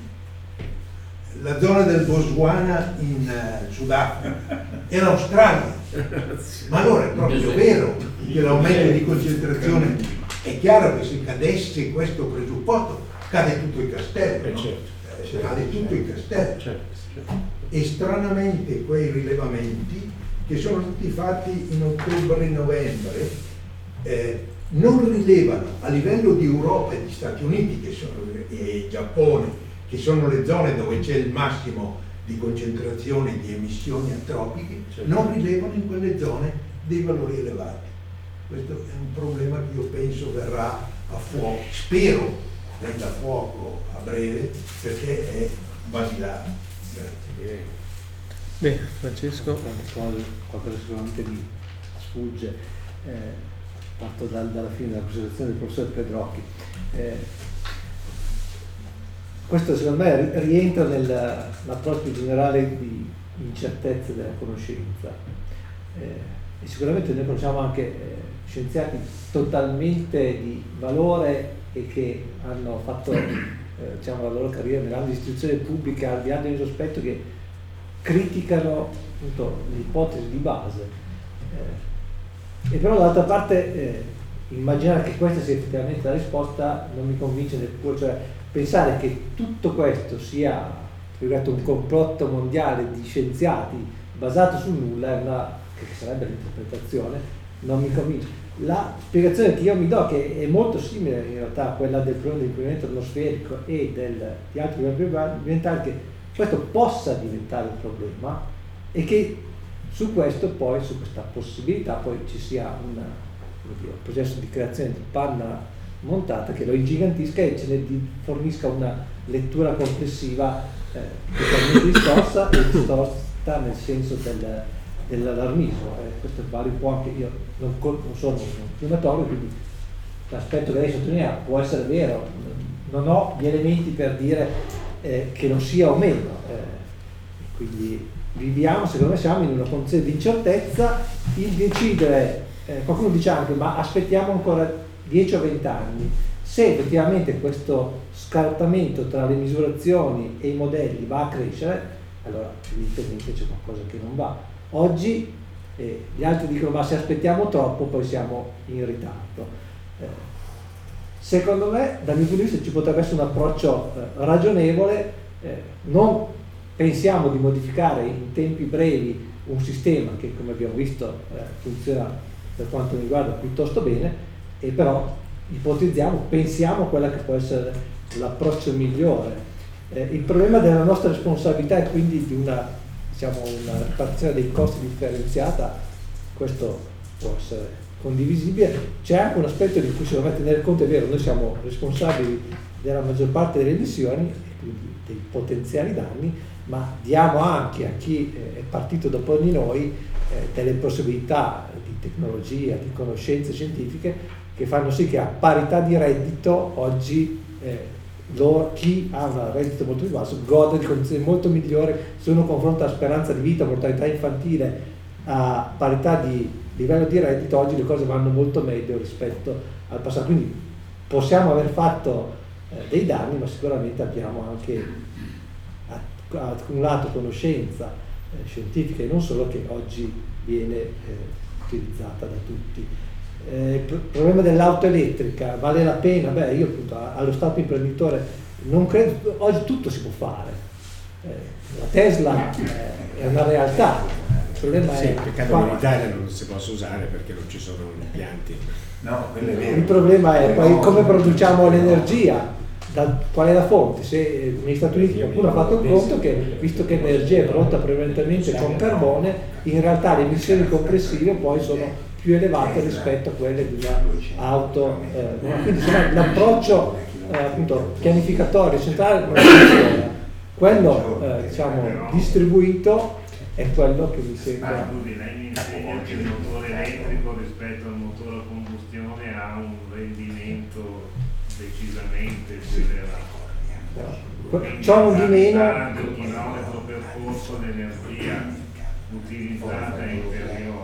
la zona del Botswana in uh, Sudafrica e l'Australia. Ma allora è proprio vero che l'aumento di concentrazione, è chiaro che se cadesse questo presupposto cade tutto il castello, no? eh, cade tutto il castello. E stranamente quei rilevamenti, che sono stati fatti in ottobre e novembre, eh, non rilevano a livello di Europa e di Stati Uniti che sono, e Giappone, che sono le zone dove c'è il massimo di concentrazione di emissioni antropiche, non rilevano in quelle zone dei valori elevati. Questo è un problema che io penso verrà a fuoco, spero venga a fuoco a breve, perché è basilare. Grazie. Beh, Francesco. Qualcosa sicuramente mi sfugge. Eh, parto dal, dalla fine della presentazione del professor Pedrocchi. Eh, questo secondo me rientra nell'approccio generale di incertezza della conoscenza. Eh, e sicuramente noi conosciamo anche eh, scienziati totalmente di valore e che hanno fatto eh, diciamo, la loro carriera nell'ambito di istituzione pubblica al di là di ogni sospetto, che criticano appunto l'ipotesi di base. Eh, e però dall'altra parte eh, immaginare che questa sia effettivamente la risposta non mi convince neppure, cioè pensare che tutto questo sia un complotto mondiale di scienziati basato sul nulla è una, che sarebbe l'interpretazione, non mi convince. La spiegazione che io mi do, che è molto simile in realtà a quella del problema dell'inquinamento atmosferico e del, di altri problemi ambientali, che questo possa diventare un problema e che su questo poi, su questa possibilità, poi ci sia una, dire, un processo di creazione di panna montata che lo ingigantisca e ce ne fornisca una lettura complessiva eh, totalmente distorsa e distorta nel senso del, dell'allarmismo. Eh, questo vale un po' anche, io non, non sono un climatologo, quindi l'aspetto che lei sottolinea può essere vero, non ho gli elementi per dire eh, che non sia o meno, eh, quindi viviamo, secondo me siamo in una condizione di incertezza. Il decidere, eh, qualcuno dice anche ma aspettiamo ancora dieci o venti anni, se effettivamente questo scartamento tra le misurazioni e i modelli va a crescere, allora evidentemente c'è qualcosa che non va. Oggi eh, gli altri dicono ma se aspettiamo troppo poi siamo in ritardo. Eh, secondo me dal mio punto di vista ci potrebbe essere un approccio eh, ragionevole, eh, non pensiamo di modificare in tempi brevi un sistema che, come abbiamo visto, eh, funziona per quanto mi riguarda piuttosto bene, e però ipotizziamo, pensiamo a quella che può essere l'approccio migliore. Eh, il problema della nostra responsabilità è quindi di una, diciamo, una ripartizione dei costi differenziata, questo può essere condivisibile. C'è anche un aspetto di cui si deve tenere conto, è vero, noi siamo responsabili della maggior parte delle emissioni e quindi dei potenziali danni, ma diamo anche a chi è partito dopo di noi eh, delle possibilità di tecnologia, di conoscenze scientifiche che fanno sì che a parità di reddito oggi eh, loro, chi ha un reddito molto più basso gode di condizioni molto migliori. Se uno confronta la speranza di vita, mortalità infantile a parità di livello di reddito, oggi le cose vanno molto meglio rispetto al passato. Quindi possiamo aver fatto eh, dei danni, ma sicuramente abbiamo anche accumulato conoscenza eh, scientifica e non solo, che oggi viene eh, utilizzata da tutti. Eh, il problema dell'auto elettrica, vale la pena? Beh, io appunto allo stato imprenditore non credo, oggi tutto si può fare. Eh, la Tesla eh, è una realtà, il problema sì, è... peccato che in Italia non si possa usare perché non ci sono impianti. No, quello è vero. Il problema è poi no, come no, produciamo no, l'energia, da, qual è la fonte? Se eh, negli Stati Uniti qualcuno ha fatto il conto che, visto che l'energia è prodotta prevalentemente con carbone, in realtà le emissioni complessive poi sono più elevate rispetto a quelle di un'auto. Eh, quindi insomma, l'approccio eh, appunto pianificatorio centrale non funziona. Quello eh, diciamo distribuito è quello che mi sembra. Ah, scusi, lei mi insegna che il motore elettrico rispetto al motore a combustione ha un rendimento decisamente più elevato. Ciò non di meno. Il chilometro percorso l'energia utilizzata è inferiore.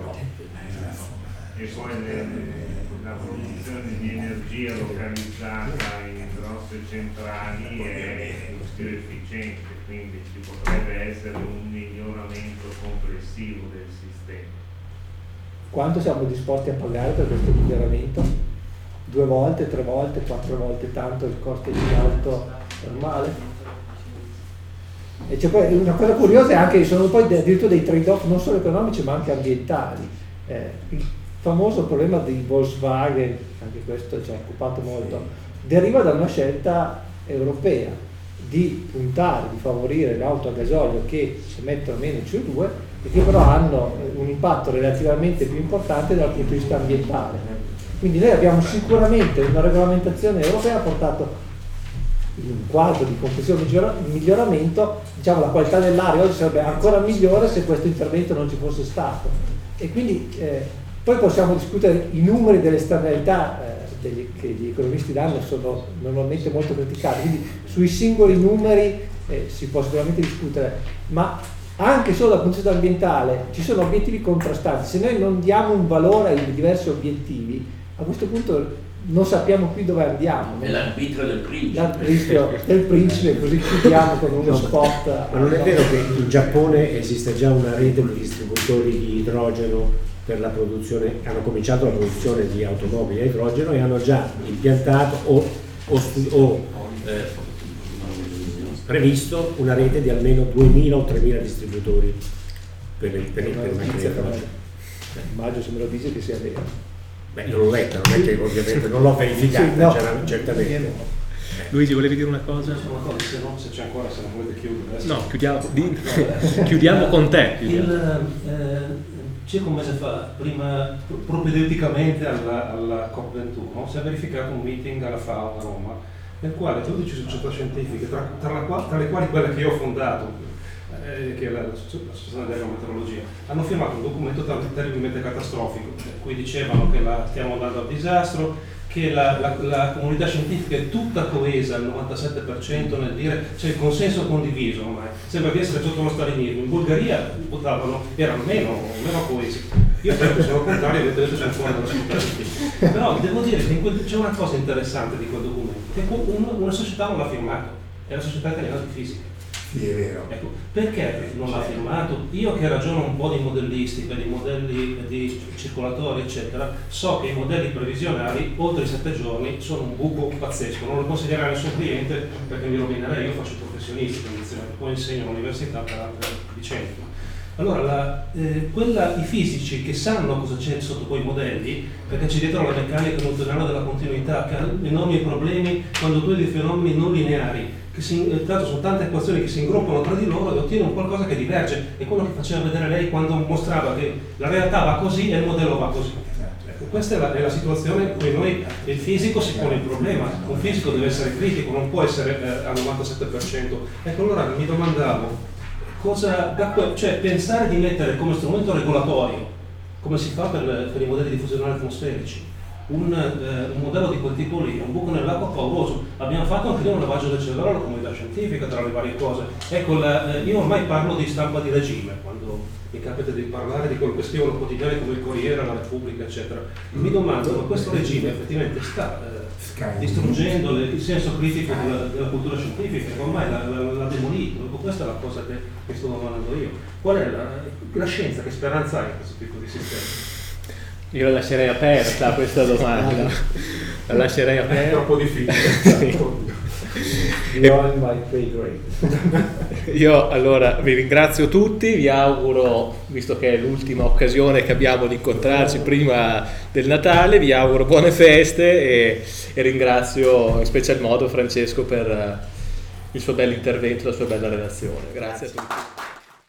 E poi le, la produzione di energia localizzata in grosse centrali è più efficiente, quindi ci potrebbe essere un miglioramento complessivo del sistema. Quanto siamo disposti a pagare per questo miglioramento? Due volte, tre volte, quattro volte tanto il costo di un'auto normale? E c'è poi una cosa curiosa è anche che sono poi addirittura dei trade-off non solo economici ma anche ambientali. Eh, il famoso problema di Volkswagen, anche questo ci ha occupato molto, deriva da una scelta europea di puntare, di favorire le auto a gasolio che emettono meno C O due e che però hanno un impatto relativamente più importante dal punto di vista ambientale. Quindi noi abbiamo sicuramente una regolamentazione europea portato in un quadro di complessivo miglioramento, diciamo la qualità dell'aria oggi sarebbe ancora migliore se questo intervento non ci fosse stato. E quindi eh, poi possiamo discutere i numeri delle esternalità eh, degli, che gli economisti danno, sono normalmente molto criticati, quindi sui singoli numeri eh, si può sicuramente discutere, ma anche solo dal punto di vista ambientale ci sono obiettivi contrastanti. Se noi non diamo un valore ai diversi obiettivi, a questo punto non sappiamo più dove andiamo. È l'arbitrio del principe. L'arbitrio del principe, così chiudiamo con uno spot. Ma non è vero che in Giappone esiste già una rete di distributori di idrogeno per la produzione, hanno cominciato la produzione di automobili a idrogeno e hanno già impiantato o, o, o eh, previsto una rete di almeno duemila o tremila distributori per il, per il, per il macchine idrogeno. Immagino, se me lo dice, che sia vero. Beh, io l'ho letta, non è che ovviamente non l'ho verificata, sì, no. c'era, certamente. Luigi, volevi dire una cosa? Una cosa, se, no, se c'è ancora, se non volete chiudere. No, chiudiamo, di, chiudiamo con te. Chiudiamo. Il, eh, circa un mese fa, prima, propedeuticamente alla, alla COP ventuno, si è verificato un meeting alla FAO a Roma, nel quale dodici società scientifiche, tra, tra, la, tra le quali quella che io ho fondato, eh, che è l'Associazione dell'Agrometeorologia, hanno firmato un documento terribilmente catastrofico, in cui dicevano che la, stiamo andando al disastro, che la, la, la comunità scientifica è tutta coesa al novantasette per cento nel dire c'è il consenso condiviso ormai, sembra di essere sotto lo stalinismo. In Bulgaria votavano, erano meno, meno coesi. Io penso che sono contrario, evidentemente sono fuori dalla società. Però devo dire che in quel, c'è una cosa interessante di quel documento, che un, una società non l'ha firmato, è la Società Italiana di Fisica. Sì, è vero. Ecco, perché non l'ha firmato? Io che ragiono un po' di modellistica, di modelli di circolatori, eccetera, so che i modelli previsionali oltre i sette giorni sono un buco pazzesco, non lo consiglierei a nessun cliente perché mi rovinerei. Io faccio professionisti, poi insegno all'università per altre vicende. Allora, la, eh, quella, i fisici che sanno cosa c'è sotto quei modelli, perché c'è dietro la meccanica newtoniana della continuità, che ha enormi problemi quando tu hai dei fenomeni non lineari, che si, tra l'altro sono tante equazioni che si ingroppano tra di loro e ottieni qualcosa che diverge. È quello che faceva vedere lei quando mostrava che la realtà va così e il modello va così. Ecco, questa è la, è la situazione in cui noi, il fisico si pone il problema. Un fisico deve essere critico, non può essere eh, al novantasette per cento. Ecco, allora mi domandavo, cosa, da, cioè pensare di mettere come strumento regolatorio, come si fa per, per i modelli diffusionali atmosferici, Un, eh, un modello di quel tipo lì, un buco nell'acqua pauroso. Abbiamo fatto anche lì un lavaggio del cervello alla comunità scientifica tra le varie cose. Ecco, la, eh, io ormai parlo di stampa di regime quando mi capita di parlare di quelle che scrivono quotidiani come il Corriere, la Repubblica, eccetera. Mi domando, ma questo regime effettivamente sta eh, distruggendo le- il senso critico della, della cultura scientifica, che ormai l'ha, l'ha, l'ha demolito. Questa è la cosa che, che sto domandando io. Qual è la, la scienza, che speranza ha in questo tipo di sistema? Io la lascerei aperta questa domanda, la lascerei aperta. È troppo difficile. Beyond my pay grade. Io allora vi ringrazio tutti, vi auguro, visto che è l'ultima occasione che abbiamo di incontrarci prima del Natale, vi auguro buone feste e, e ringrazio in special modo Francesco per il suo bell'intervento, la sua bella relazione. Grazie a tutti.